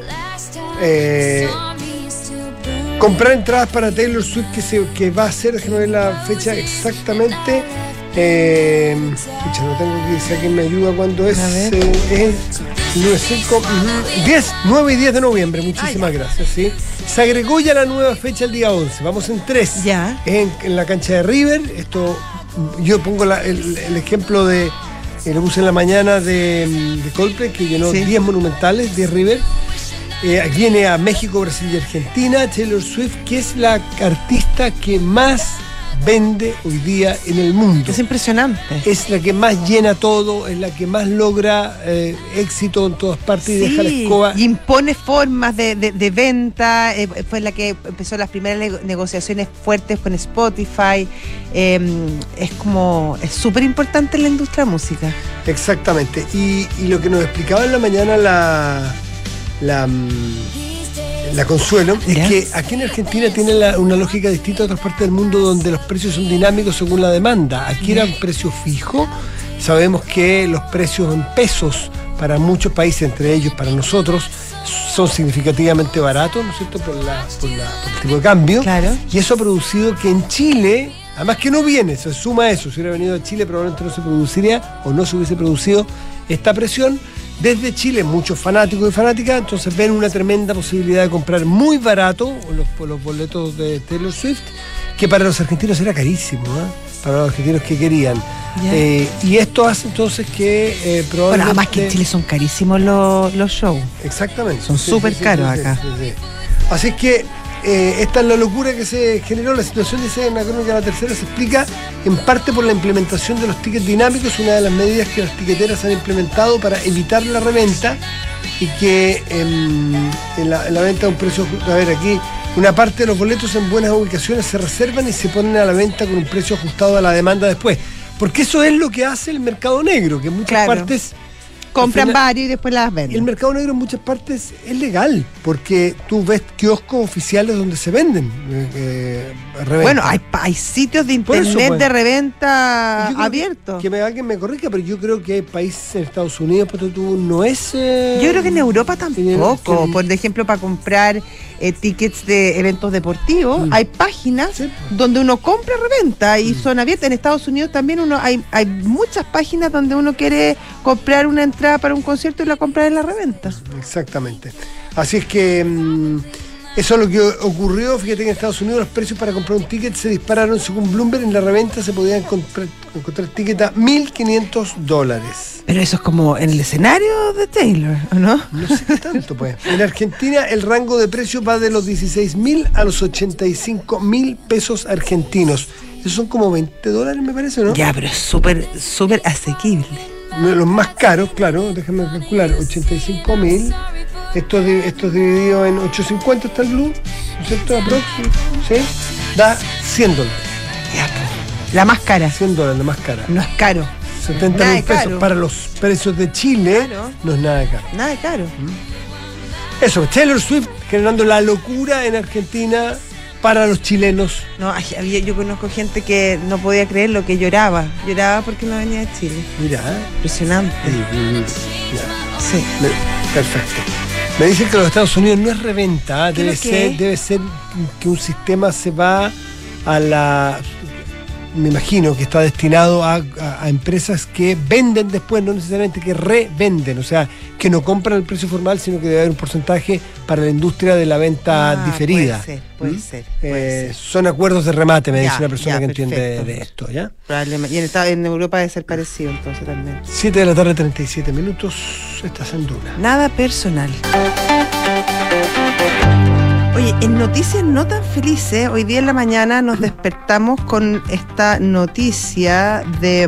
Comprar entradas para Taylor Swift que va a ser, déjame ver la fecha exactamente. Pucha, no tengo que decir quién me ayuda cuando es. A ver. Es 9 y 10 de noviembre. Muchísimas gracias. ¿Sí? Se agregó ya la nueva fecha el día 11. Vamos en 3. Ya. En la cancha de River. Esto, yo pongo el ejemplo de. Lo puse en la mañana de Coldplay, que llenó Sí. 10 monumentales de River. Viene a México, Brasil y Argentina Taylor Swift, que es la artista que más vende hoy día en el mundo. Es impresionante. Es la que más llena todo, es la que más logra éxito en todas partes y deja la escoba. y impone formas de venta, fue la que empezó las primeras negociaciones fuertes con Spotify, es súper importante en la industria de la música. Exactamente. Y lo que nos explicaba en la mañana la Consuelo, ¿Ya? es que aquí en Argentina tiene una lógica distinta a otras partes del mundo donde los precios son dinámicos según la demanda. Aquí era un precio fijo. Sabemos que los precios en pesos para muchos países, entre ellos para nosotros, son significativamente baratos, ¿no es cierto?, por el tipo de cambio. Claro. Y eso ha producido que en Chile, además que no viene, se suma a eso, si hubiera venido a Chile probablemente no se produciría o no se hubiese producido esta presión. Desde Chile, muchos fanáticos y fanáticas, entonces ven una tremenda posibilidad de comprar muy barato los boletos de Taylor Swift, que para los argentinos era carísimo, para los argentinos que querían. Ya. Y esto hace entonces que probablemente... Bueno, además que en Chile son carísimos los shows. Exactamente. Son súper caros acá. Sí. Así que esta es la locura que se generó. La situación, dice en la crónica de La Tercera, se explica en parte por la implementación de los tickets dinámicos, una de las medidas que las tiqueteras han implementado para evitar la reventa y que en la venta a un precio... A ver, aquí una parte de los boletos en buenas ubicaciones se reservan y se ponen a la venta con un precio ajustado a la demanda después. Porque eso es lo que hace el mercado negro, que en muchas Claro. partes... Compran al final, varios y después las el venden. mercado negro en muchas partes es legal, porque tú ves kioscos oficiales donde se venden reventa. Bueno, hay sitios de Por eso, internet pues. de reventa Yo creo abiertos. Alguien me corrija, pero yo creo que hay países en Estados Unidos, pero tú no es. Yo creo que en Europa tampoco. Sí. Por ejemplo, para comprar tickets de eventos deportivos, hay páginas Sí. donde uno compra reventa y son abiertas. En Estados Unidos también hay muchas páginas donde uno quiere comprar una entrada para un concierto y la compra en la reventa. Exactamente. Así es que eso es lo que ocurrió. Fíjate que en Estados Unidos los precios para comprar un ticket se dispararon. Según Bloomberg, en la reventa se podían encontrar tickets a $1.500. Pero eso es como en el escenario de Taylor, ¿o no? No sé qué tanto, pues. En Argentina el rango de precios va de los 16.000 a los 85.000 pesos argentinos. Esos son como $20, me parece, ¿no? Ya, pero es súper asequible. Los más caros, claro, déjame calcular, 85.000. Esto es dividido en 8.50 está el blue, ¿no es cierto? ¿Sí? Da $100. Ya, pues. La más cara. $100, la más cara. No es caro. 70.000 Nada de pesos. caro. Para los precios de Chile, Claro. no es nada caro. Nada de caro. Eso, Taylor Swift generando la locura en Argentina para los chilenos. No, yo conozco gente que no podía creer lo que lloraba. Lloraba porque no venía de Chile. Mira, Impresionante. ya. Sí. Perfecto. Me dicen que los Estados Unidos no es reventa, ¿Qué es lo que debe ser que un sistema se va a la... Me imagino que está destinado a empresas que venden después, no necesariamente que revenden, o sea, que no compran el precio formal, sino que debe haber un porcentaje para la industria de la venta diferida. Puede ser. Son acuerdos de remate, me Ya, dice una persona ya, que entiende perfecto. de esto, ¿ya? Probablemente. Y en Europa debe ser parecido entonces también. 7 de la tarde, 37 minutos, estás en Duna. Nada personal. Oye, en noticias no tan felices, hoy día en la mañana nos despertamos con esta noticia de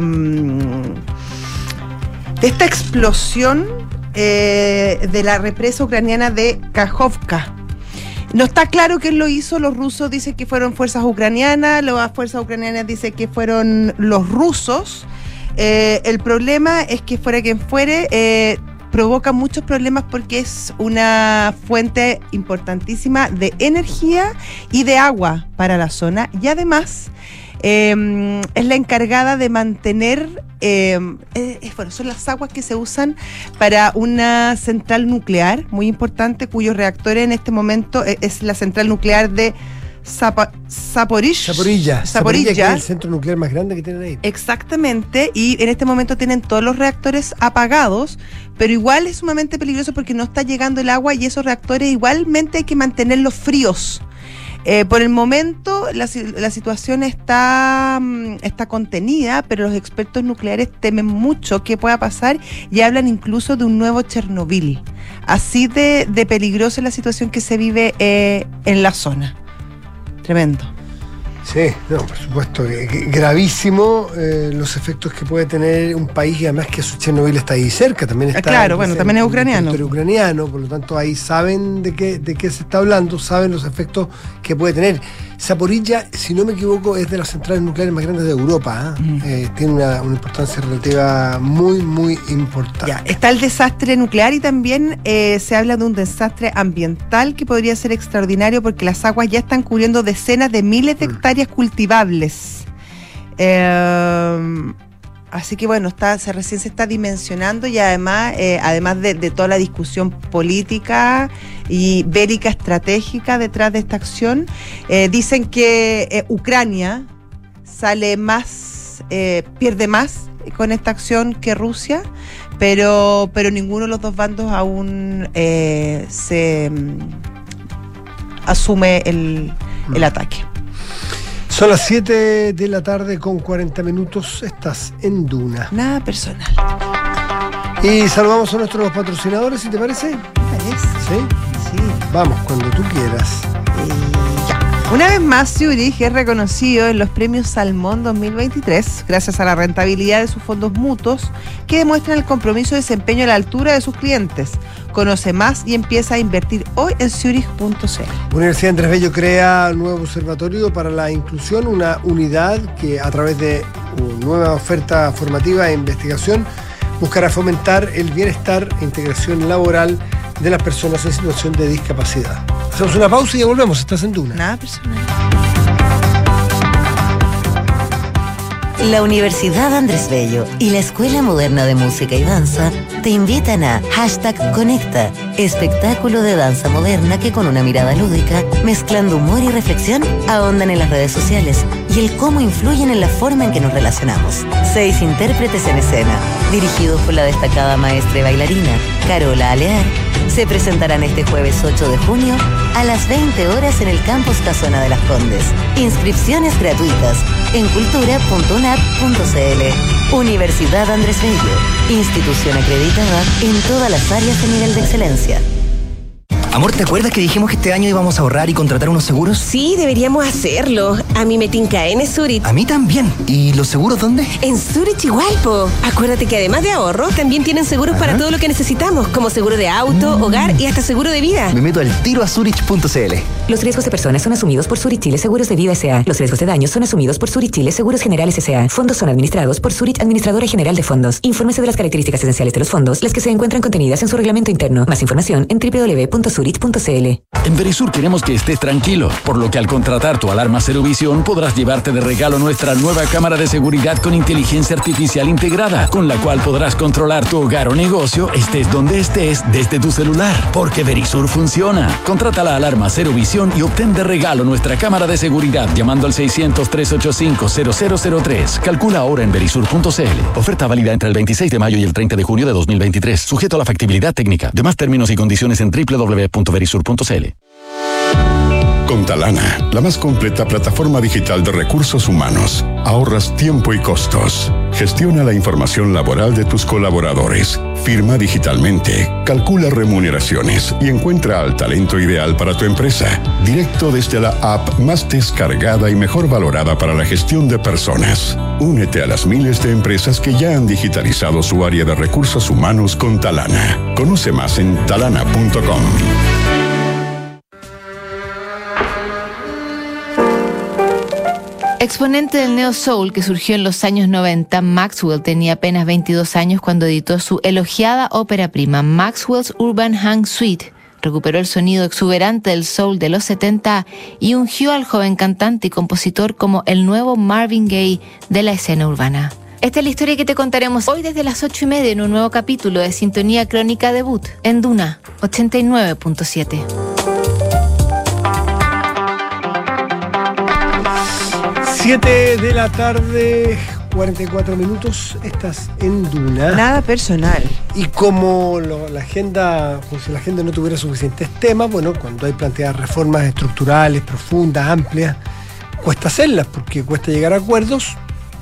esta explosión de la represa ucraniana de Kakhovka. No está claro quién lo hizo. Los rusos dicen que fueron fuerzas ucranianas, las fuerzas ucranianas dicen que fueron los rusos. El problema es que fuera quien fuere, provoca muchos problemas porque es una fuente importantísima de energía y de agua para la zona, y además es la encargada de mantener, son las aguas que se usan para una central nuclear muy importante, cuyos reactores en este momento es la central nuclear de Zaporilla, que es el centro nuclear más grande que tienen ahí. Exactamente, y en este momento tienen todos los reactores apagados, pero igual es sumamente peligroso porque no está llegando el agua y esos reactores igualmente hay que mantenerlos fríos. Por el momento la situación está contenida, pero los expertos nucleares temen mucho que pueda pasar y hablan incluso de un nuevo Chernobyl. Así de peligrosa es la situación que se vive en la zona. Tremendo. Sí, no, por supuesto, gravísimo los efectos que puede tener un país, y además que Chernobyl está ahí cerca, también está. Claro, bueno, también es ucraniano. Ucraniano, por lo tanto ahí saben de qué se está hablando, saben los efectos que puede tener. Zaporilla, si no me equivoco, es de las centrales nucleares más grandes de Europa. Tiene una importancia relativa muy, muy importante. Ya, está el desastre nuclear y también se habla de un desastre ambiental que podría ser extraordinario porque las aguas ya están cubriendo decenas de miles de hectáreas cultivables. Así que bueno, recién se está dimensionando y además de toda la discusión política y bélica estratégica detrás de esta acción, dicen que Ucrania sale más, pierde más con esta acción que Rusia, pero ninguno de los dos bandos aún se asume el ataque. Son las 7 de la tarde con 40 minutos, estás en Duna. Nada personal. Y saludamos a nuestros patrocinadores, si te parece. ¿Parece? ¿Sí? Sí. Vamos, cuando tú quieras. Una vez más, Zurich es reconocido en los premios Salmón 2023 gracias a la rentabilidad de sus fondos mutuos que demuestran el compromiso de desempeño a la altura de sus clientes. Conoce más y empieza a invertir hoy en Zurich.cl. Universidad Andrés Bello crea un nuevo observatorio para la inclusión, una unidad que a través de una nueva oferta formativa e investigación buscará fomentar el bienestar e integración laboral de las personas en situación de discapacidad. Hacemos una pausa y ya volvemos. Estás en Duna. Nada personal. La Universidad Andrés Bello y la Escuela Moderna de Música y Danza te invitan a #Conecta, espectáculo de danza moderna que con una mirada lúdica, mezclando humor y reflexión, ahondan en las redes sociales y el cómo influyen en la forma en que nos relacionamos. 6 intérpretes en escena, dirigidos por la destacada maestra y bailarina Carola Alear, se presentarán este jueves 8 de junio a las 20 horas en el Campus Casona de las Condes. Inscripciones gratuitas en cultura.unap.cl. Universidad Andrés Bello, institución acreditada en todas las áreas de nivel de excelencia. Amor, ¿te acuerdas que dijimos que este año íbamos a ahorrar y contratar unos seguros? Sí, deberíamos hacerlo. A mí me tinca en Zurich. A mí también. ¿Y los seguros dónde? En Zurich igual, po. Acuérdate que además de ahorro, también tienen seguros para todo lo que necesitamos, como seguro de auto, hogar y hasta seguro de vida. Me meto al tiro a Zurich.cl. Los riesgos de personas son asumidos por Zurich Chile Seguros de Vida S.A. Los riesgos de daños son asumidos por Zurich Chile Seguros Generales S.A. Fondos son administrados por Zurich Administradora General de Fondos. Infórmese de las características esenciales de los fondos, las que se encuentran contenidas en su reglamento interno. Más información en www.zurich.cl. En Verisur queremos que estés tranquilo, por lo que al contratar tu alarma Cero Visión podrás llevarte de regalo nuestra nueva cámara de seguridad con inteligencia artificial integrada, con la cual podrás controlar tu hogar o negocio, estés donde estés, desde tu celular, porque Verisur funciona. Contrata la alarma Cero Visión y obtén de regalo nuestra cámara de seguridad llamando al 600-385-0003. Calcula ahora en verisur.cl. Oferta válida entre el 26 de mayo y el 30 de junio de 2023, sujeto a la factibilidad técnica. Demás términos y condiciones en www.verisur.cl. Con Talana, la más completa plataforma digital de recursos humanos, ahorras tiempo y costos. Gestiona la información laboral de tus colaboradores, firma digitalmente, calcula remuneraciones y encuentra al talento ideal para tu empresa, directo desde la app más descargada y mejor valorada para la gestión de personas. Únete a las miles de empresas que ya han digitalizado su área de recursos humanos con Talana. Conoce más en talana.com. Exponente del neo soul que surgió en los años 90, Maxwell tenía apenas 22 años cuando editó su elogiada ópera prima, Maxwell's Urban Hang Suite. Recuperó el sonido exuberante del soul de los 70 y ungió al joven cantante y compositor como el nuevo Marvin Gaye de la escena urbana. Esta es la historia que te contaremos hoy desde las 8:30 en un nuevo capítulo de Sintonía Crónica Debut en Duna 89.7. 7 de la tarde, 44 minutos, estás en Duna. Nada personal. Y como la agenda, como si la agenda no tuviera suficientes temas, bueno, cuando hay planteadas reformas estructurales, profundas, amplias, cuesta hacerlas, porque cuesta llegar a acuerdos.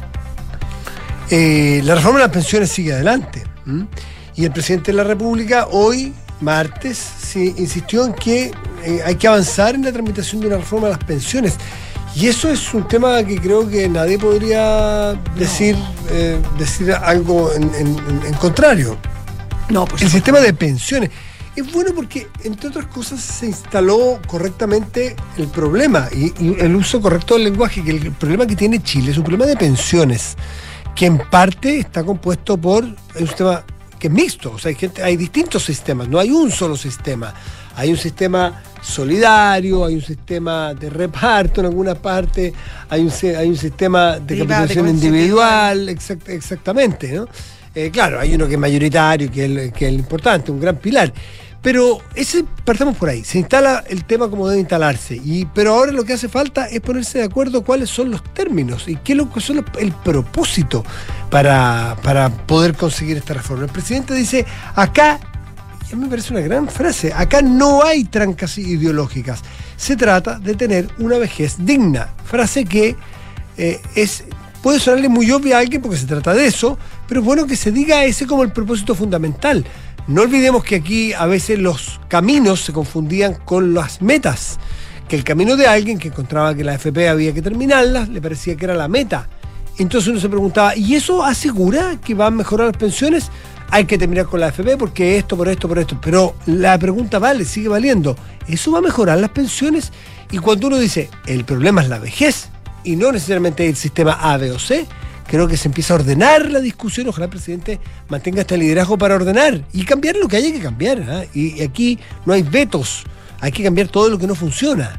La reforma de las pensiones sigue adelante. Y el presidente de la República, hoy, martes, sí, insistió en que hay que avanzar en la tramitación de una reforma de las pensiones. Y eso es un tema que creo que nadie podría decir algo en contrario. No, pues el sistema de pensiones es bueno porque, entre otras cosas, se instaló correctamente el problema y el uso correcto del lenguaje, que el problema que tiene Chile es un problema de pensiones, que en parte está compuesto por un sistema que es mixto. O sea, hay distintos sistemas, no hay un solo sistema. Hay un sistema solidario, hay un sistema de reparto en alguna parte, hay un sistema de capitalización individual, exactamente, ¿no? Claro, hay uno que es mayoritario, que es el importante, un gran pilar. Pero partamos por ahí, se instala el tema como debe instalarse, pero ahora lo que hace falta es ponerse de acuerdo cuáles son los términos y qué es lo que son el propósito para poder conseguir esta reforma. El presidente dice, acá, y a mí me parece una gran frase, acá no hay trancas ideológicas, se trata de tener una vejez digna, frase que puede sonarle muy obvia a alguien porque se trata de eso, pero es bueno que se diga ese como el propósito fundamental. No olvidemos que aquí a veces los caminos se confundían con las metas, que el camino de alguien que encontraba que la AFP había que terminarlas, le parecía que era la meta. Entonces uno se preguntaba, ¿y eso asegura que van a mejorar las pensiones? Hay que terminar con la AFP porque esto, por esto. Pero la pregunta sigue valiendo. ¿Eso va a mejorar las pensiones? Y cuando uno dice, el problema es la vejez y no necesariamente el sistema A, B o C, creo que se empieza a ordenar la discusión. Ojalá el presidente mantenga este liderazgo para ordenar y cambiar lo que haya que cambiar. Y aquí no hay vetos, hay que cambiar todo lo que no funciona.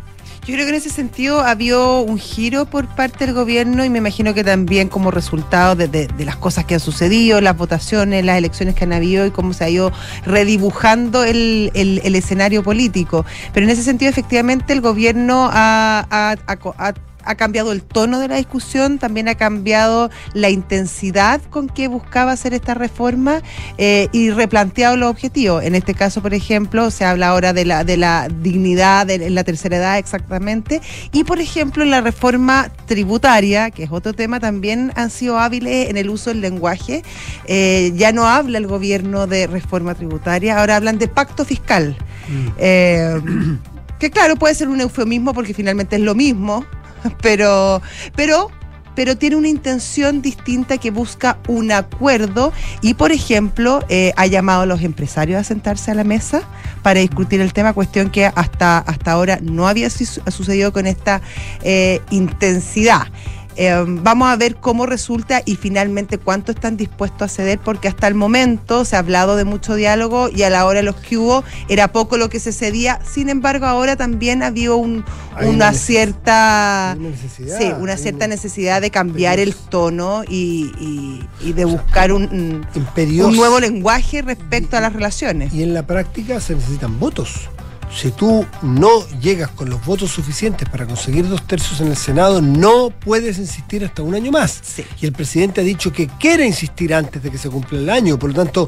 Yo creo que en ese sentido había un giro por parte del gobierno y me imagino que también como resultado de las cosas que han sucedido, las votaciones, las elecciones que han habido y cómo se ha ido redibujando el escenario político. Pero en ese sentido, efectivamente, el gobierno ha cambiado el tono de la discusión, también ha cambiado la intensidad con que buscaba hacer esta reforma y replanteado los objetivos. En este caso, por ejemplo, se habla ahora de la dignidad en la tercera edad exactamente, y por ejemplo en la reforma tributaria, que es otro tema, también han sido hábiles en el uso del lenguaje. Ya no habla el gobierno de reforma tributaria, ahora hablan de pacto fiscal. Que claro, puede ser un eufemismo porque finalmente es lo mismo, pero tiene una intención distinta que busca un acuerdo y, por ejemplo, ha llamado a los empresarios a sentarse a la mesa para discutir el tema, cuestión que hasta ahora no había sucedido con esta intensidad. Vamos a ver cómo resulta y finalmente cuánto están dispuestos a ceder, porque hasta el momento se ha hablado de mucho diálogo y a la hora de los que hubo era poco lo que se cedía. Sin embargo, ahora también había una cierta necesidad de cambiar el tono y de buscar un nuevo lenguaje respecto a las relaciones. Y en la práctica se necesitan votos. Si tú no llegas con los votos suficientes para conseguir 2/3 en el Senado, no puedes insistir hasta un año más. Sí. Y el presidente ha dicho que quiere insistir antes de que se cumpla el año. Por lo tanto,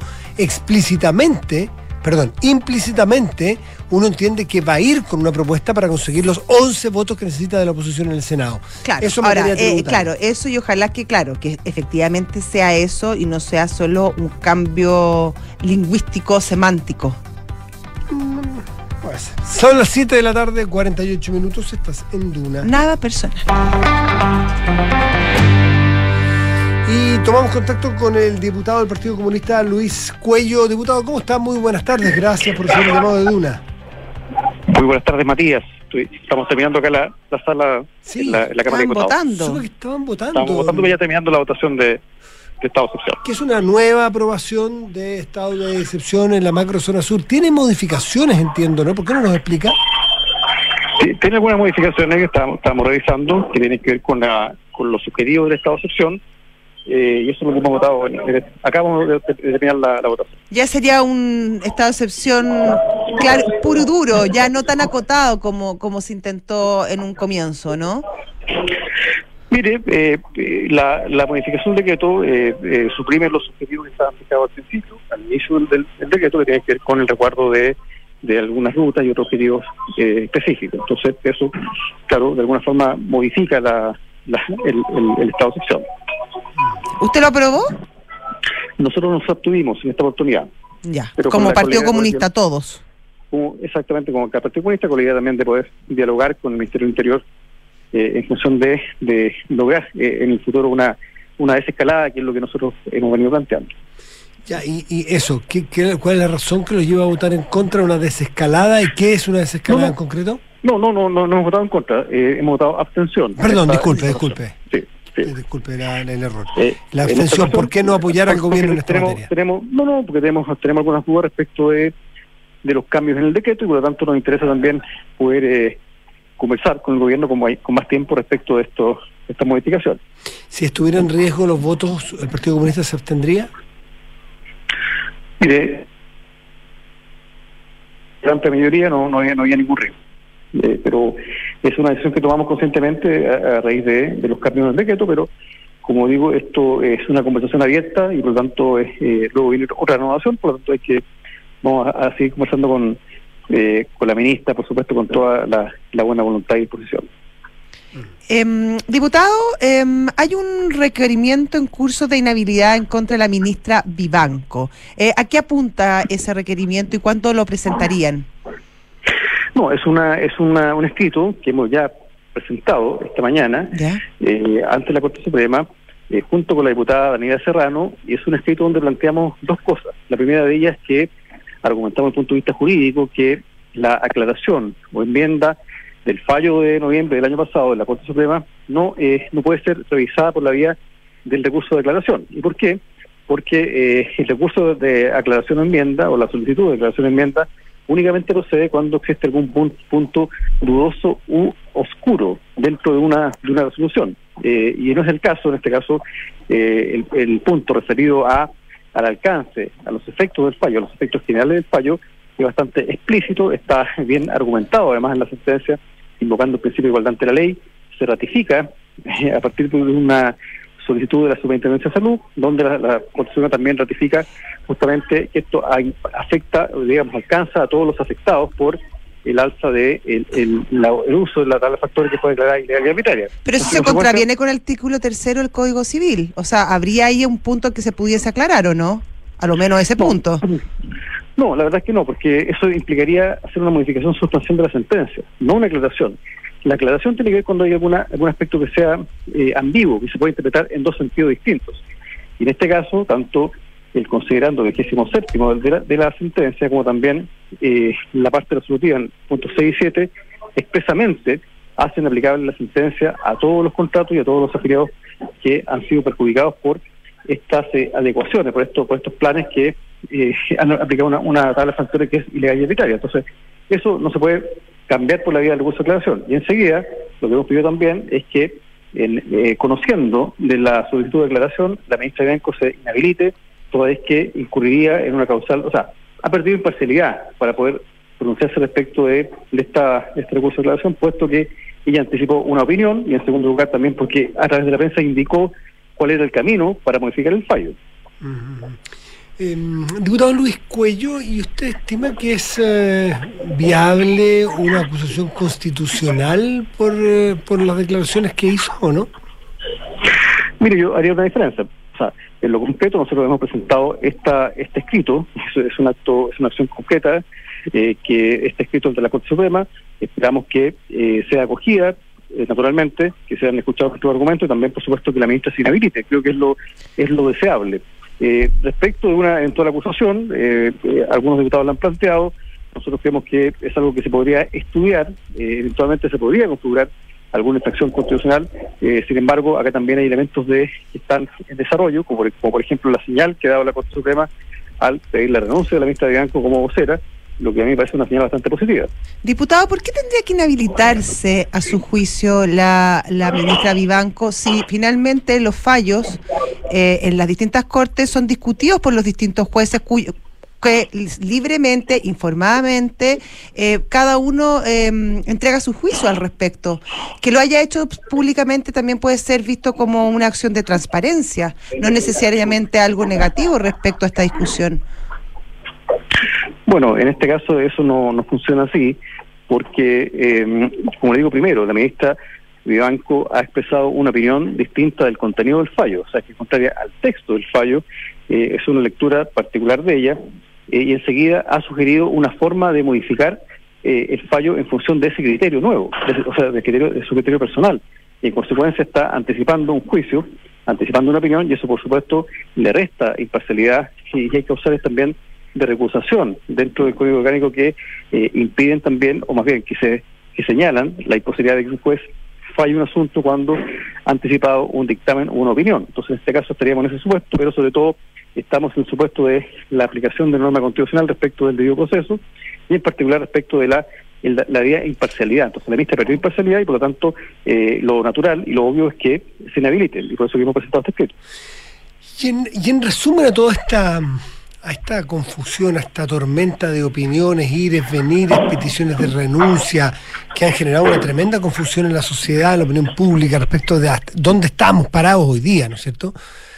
implícitamente, uno entiende que va a ir con una propuesta para conseguir los 11 votos que necesita de la oposición en el Senado. Claro, eso eso, y ojalá que efectivamente sea eso y no sea solo un cambio lingüístico, semántico. Pues, son las 7 de la tarde, 48 minutos, estás en Duna. Nada personal. Y tomamos contacto con el diputado del Partido Comunista, Luis Cuello. Diputado, ¿cómo está? Muy buenas tardes, gracias por recibir el llamado de Duna. Muy buenas tardes, Matías. Estamos terminando acá la sala, sí, en la Cámara de Diputados. Estaban votando. Estamos votando, ya terminando la votación de estado de excepción. Que es una nueva aprobación de estado de excepción en la macrozona sur. Tiene modificaciones, entiendo, ¿no? ¿Por qué no nos explica? Sí, tiene algunas modificaciones que estamos revisando, que tienen que ver con los objetivos del estado de excepción, y eso es lo que hemos votado. Acabamos de terminar la votación. Ya sería un estado de excepción claro, puro y duro, ya no tan acotado como se intentó en un comienzo, ¿no? Mire, la modificación del decreto suprime los objetivos que estaban fijados al principio, al inicio del decreto, que tiene que ver con el resguardo de algunas rutas y otros objetivos específicos. Entonces, eso, claro, de alguna forma modifica el estado de excepción. ¿Usted lo aprobó? Nosotros nos abstuvimos en esta oportunidad. Ya, pero como Partido Comunista todos. Exactamente, como Partido Comunista, con la idea también de poder dialogar con el Ministerio del Interior en función de lograr en el futuro una desescalada, que es lo que nosotros hemos venido planteando. Ya, y eso, ¿cuál es la razón que los lleva a votar en contra de una desescalada? ¿Y qué es una desescalada en concreto? No hemos votado en contra, hemos votado abstención. Perdón, disculpe. Sí. Disculpe el error. La abstención, ¿por qué no apoyar al gobierno en esta materia? Porque tenemos algunas dudas respecto de los cambios en el decreto y por lo tanto nos interesa también poder conversar con el gobierno con más tiempo respecto de esta modificación. Si estuviera en riesgo los votos, ¿el Partido Comunista se abstendría? Mire, la amplia mayoría no había ningún riesgo. Pero es una decisión que tomamos conscientemente a raíz de los cambios en el decreto, pero como digo, esto es una conversación abierta y por lo tanto luego viene otra renovación, por lo tanto vamos a seguir conversando con la ministra, por supuesto, con toda la buena voluntad y disposición. Diputado, hay un requerimiento en curso de inhabilidad en contra de la ministra Vivanco. ¿A qué apunta ese requerimiento y cuándo lo presentarían? No, es un escrito que hemos ya presentado esta mañana ante la Corte Suprema, junto con la diputada Daniela Serrano, y es un escrito donde planteamos dos cosas. La primera de ellas es que argumentamos desde el punto de vista jurídico que la aclaración o enmienda del fallo de noviembre del año pasado de la Corte Suprema no puede ser revisada por la vía del recurso de aclaración. ¿Y por qué? Porque el recurso de aclaración o enmienda, o la solicitud de aclaración o enmienda, únicamente procede cuando existe algún punto dudoso u oscuro dentro de una resolución. Y no es el caso, en este caso, el punto referido al alcance, a los efectos del fallo, a los efectos generales del fallo, es bastante explícito, está bien argumentado además en la sentencia, invocando el principio de igualdad ante la ley, se ratifica a partir de una solicitud de la Superintendencia de Salud, donde la Constitución también ratifica justamente que esto afecta, digamos, alcanza a todos los afectados por el alza de el uso de la tabla de factores que puede declarar ilegal y arbitraria. Pero eso se contraviene con el artículo 3 del Código Civil. O sea, ¿habría ahí un punto que se pudiese aclarar o no? A lo menos ese punto. No, la verdad es que no, porque eso implicaría hacer una modificación sustancial de la sentencia, no una aclaración. La aclaración tiene que ver cuando hay algún aspecto que sea ambiguo, que se puede interpretar en dos sentidos distintos. Y en este caso, tanto el considerando 27º de la sentencia, como también la parte resolutiva en puntos 6 y 7, expresamente hacen aplicable la sentencia a todos los contratos y a todos los afiliados que han sido perjudicados por estas adecuaciones, por estos planes que han aplicado una tabla de factores que es ilegal y arbitraria. Entonces, eso no se puede cambiar por la vía del recurso de aclaración. Y enseguida, lo que hemos pedido también es que, conociendo de la solicitud de aclaración, la ministra Bianco se inhabilite, toda vez que incurriría en una causal, o sea, ha perdido imparcialidad para poder pronunciarse respecto de este recurso de aclaración, puesto que ella anticipó una opinión, y en segundo lugar también porque a través de la prensa indicó cuál era el camino para modificar el fallo. Diputado Luis Cuello, ¿y usted estima que es viable una acusación constitucional por las declaraciones que hizo o no? Mire, yo haría una diferencia. O sea, en lo concreto nosotros hemos presentado este escrito, es una acción concreta, que este escrito ante la Corte Suprema, esperamos que sea acogida, naturalmente, que sean escuchados nuestros argumentos y también, por supuesto, que la ministra se inhabilite. Creo que es lo deseable. Respecto de una eventual acusación, algunos diputados la han planteado, nosotros creemos que es algo que se podría estudiar, eventualmente se podría configurar alguna infracción constitucional, sin embargo, acá también hay elementos que están en desarrollo, como por ejemplo la señal que ha dado la Corte Suprema al pedir la renuncia de la ministra Bianco como vocera, lo que a mí me parece una señal bastante positiva. Diputado, ¿por qué tendría que inhabilitarse a su juicio la ministra Vivanco si finalmente los fallos en las distintas cortes son discutidos por los distintos jueces que libremente, informadamente, cada uno entrega su juicio al respecto? Que lo haya hecho públicamente también puede ser visto como una acción de transparencia, no necesariamente algo negativo respecto a esta discusión. Bueno, en este caso eso no funciona así, porque, como le digo primero, la ministra Vivanco ha expresado una opinión distinta del contenido del fallo, o sea, que contraria al texto del fallo, es una lectura particular de ella, y enseguida ha sugerido una forma de modificar el fallo en función de ese criterio nuevo, o sea, de su criterio personal, y en consecuencia está anticipando un juicio, anticipando una opinión, y eso por supuesto le resta imparcialidad, y hay causales también de recusación dentro del Código Orgánico que impiden también, o más bien que señalan la imposibilidad de que un juez falle un asunto cuando ha anticipado un dictamen o una opinión. Entonces en este caso estaríamos en ese supuesto, pero sobre todo estamos en el supuesto de la aplicación de norma constitucional respecto del debido proceso y en particular respecto de la vía imparcialidad. Entonces la ministra perdió imparcialidad y por lo tanto lo natural y lo obvio es que se inhabiliten, y por eso que hemos presentado este escrito. Y en resumen a toda esta confusión, a esta tormenta de opiniones, ires, venires, peticiones de renuncia, que han generado una tremenda confusión en la sociedad, en la opinión pública, respecto de dónde estamos parados hoy día, ¿no es cierto?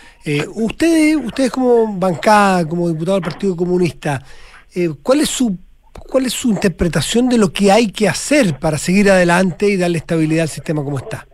Ustedes como bancada, como diputado del Partido Comunista, ¿cuál es su interpretación de lo que hay que hacer para seguir adelante y darle estabilidad al sistema como está?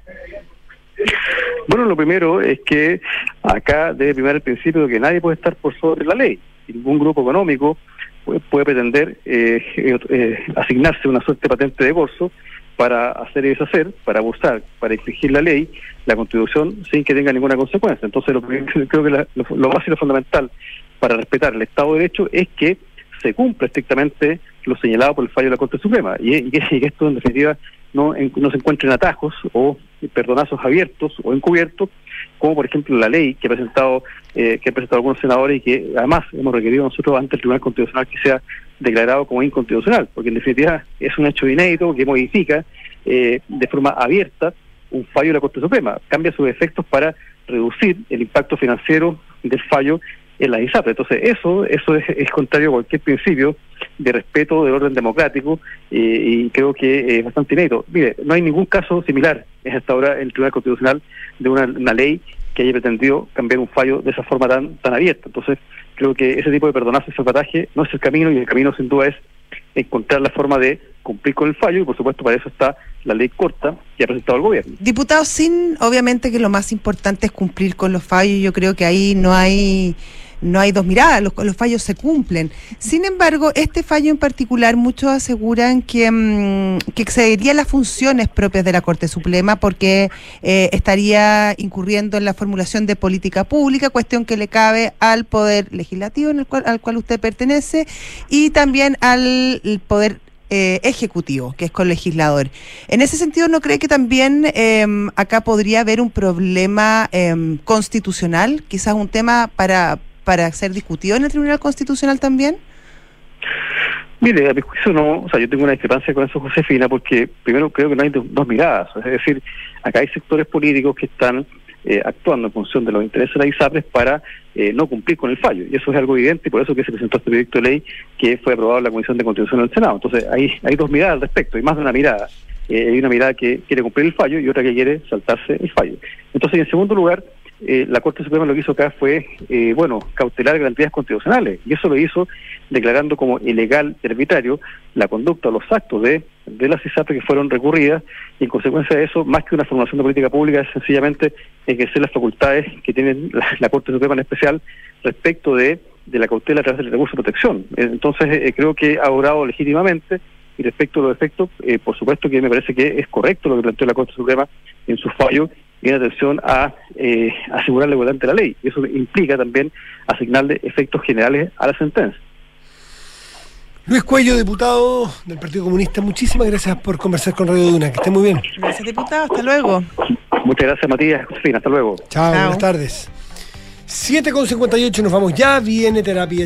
Bueno, lo primero es que acá debe primar el principio de que nadie puede estar por sobre la ley. Ningún grupo económico puede pretender asignarse una suerte de patente de corso para hacer y deshacer, para abusar, para infringir la ley, la Constitución, sin que tenga ninguna consecuencia. Entonces, creo que lo básico, fundamental para respetar el Estado de Derecho es que se cumpla estrictamente lo señalado por el fallo de la Corte Suprema y que esto, en definitiva, no se encuentren atajos o perdonazos abiertos o encubiertos, como por ejemplo la ley que han presentado algunos senadores y que además hemos requerido nosotros ante el Tribunal Constitucional que sea declarado como inconstitucional, porque en definitiva es un hecho inédito que modifica de forma abierta un fallo de la Corte Suprema, cambia sus efectos para reducir el impacto financiero del fallo en las ISAPRES. Entonces eso es contrario a cualquier principio de respeto del orden democrático y creo que es bastante inédito. Mire, no hay ningún caso similar hasta ahora en el Tribunal Constitucional de una ley que haya pretendido cambiar un fallo de esa forma tan abierta. Entonces creo que ese tipo de perdonazo y salvataje no es el camino, y el camino sin duda es encontrar la forma de cumplir con el fallo, y por supuesto para eso está la ley corta que ha presentado el gobierno. Diputado, obviamente que lo más importante es cumplir con los fallos. Yo creo que ahí no hay dos miradas, los fallos se cumplen. Sin embargo, este fallo en particular, muchos aseguran que excedería las funciones propias de la Corte Suprema, porque estaría incurriendo en la formulación de política pública, cuestión que le cabe al Poder Legislativo al cual usted pertenece, y también al Poder Ejecutivo, que es colegislador. En ese sentido, ¿no cree que también acá podría haber un problema constitucional, quizás un tema para ser discutido en el Tribunal Constitucional también? Mire, a mi juicio no, o sea, yo tengo una discrepancia con eso, Josefina, porque primero creo que no hay dos miradas, es decir, acá hay sectores políticos que están actuando en función de los intereses de las ISAPRES para no cumplir con el fallo, y eso es algo evidente, y por eso que se presentó este proyecto de ley que fue aprobado en la Comisión de Constitución del Senado. Entonces hay dos miradas al respecto, hay más de una mirada. Hay una mirada que quiere cumplir el fallo y otra que quiere saltarse el fallo. Entonces, en segundo lugar, la Corte Suprema lo que hizo acá fue, cautelar garantías constitucionales, y eso lo hizo declarando como ilegal y arbitrario la conducta o los actos de las ISAPRES que fueron recurridas, y en consecuencia de eso, más que una formulación de política pública, es sencillamente ejercer las facultades que tiene la Corte Suprema en especial respecto de la cautela a través del recurso de protección. Entonces, creo que ha obrado legítimamente, y respecto a los efectos, por supuesto que me parece que es correcto lo que planteó la Corte Suprema en su fallo, y en atención a asegurar la igualdad ante la ley. Y eso implica también asignarle efectos generales a la sentencia. Luis Cuello, diputado del Partido Comunista, muchísimas gracias por conversar con Radio Duna, que esté muy bien. Gracias, diputado, hasta luego. Muchas gracias, Matías, Josefina, hasta luego. Chao, buenas tardes. 7:58, nos vamos ya, viene terapia.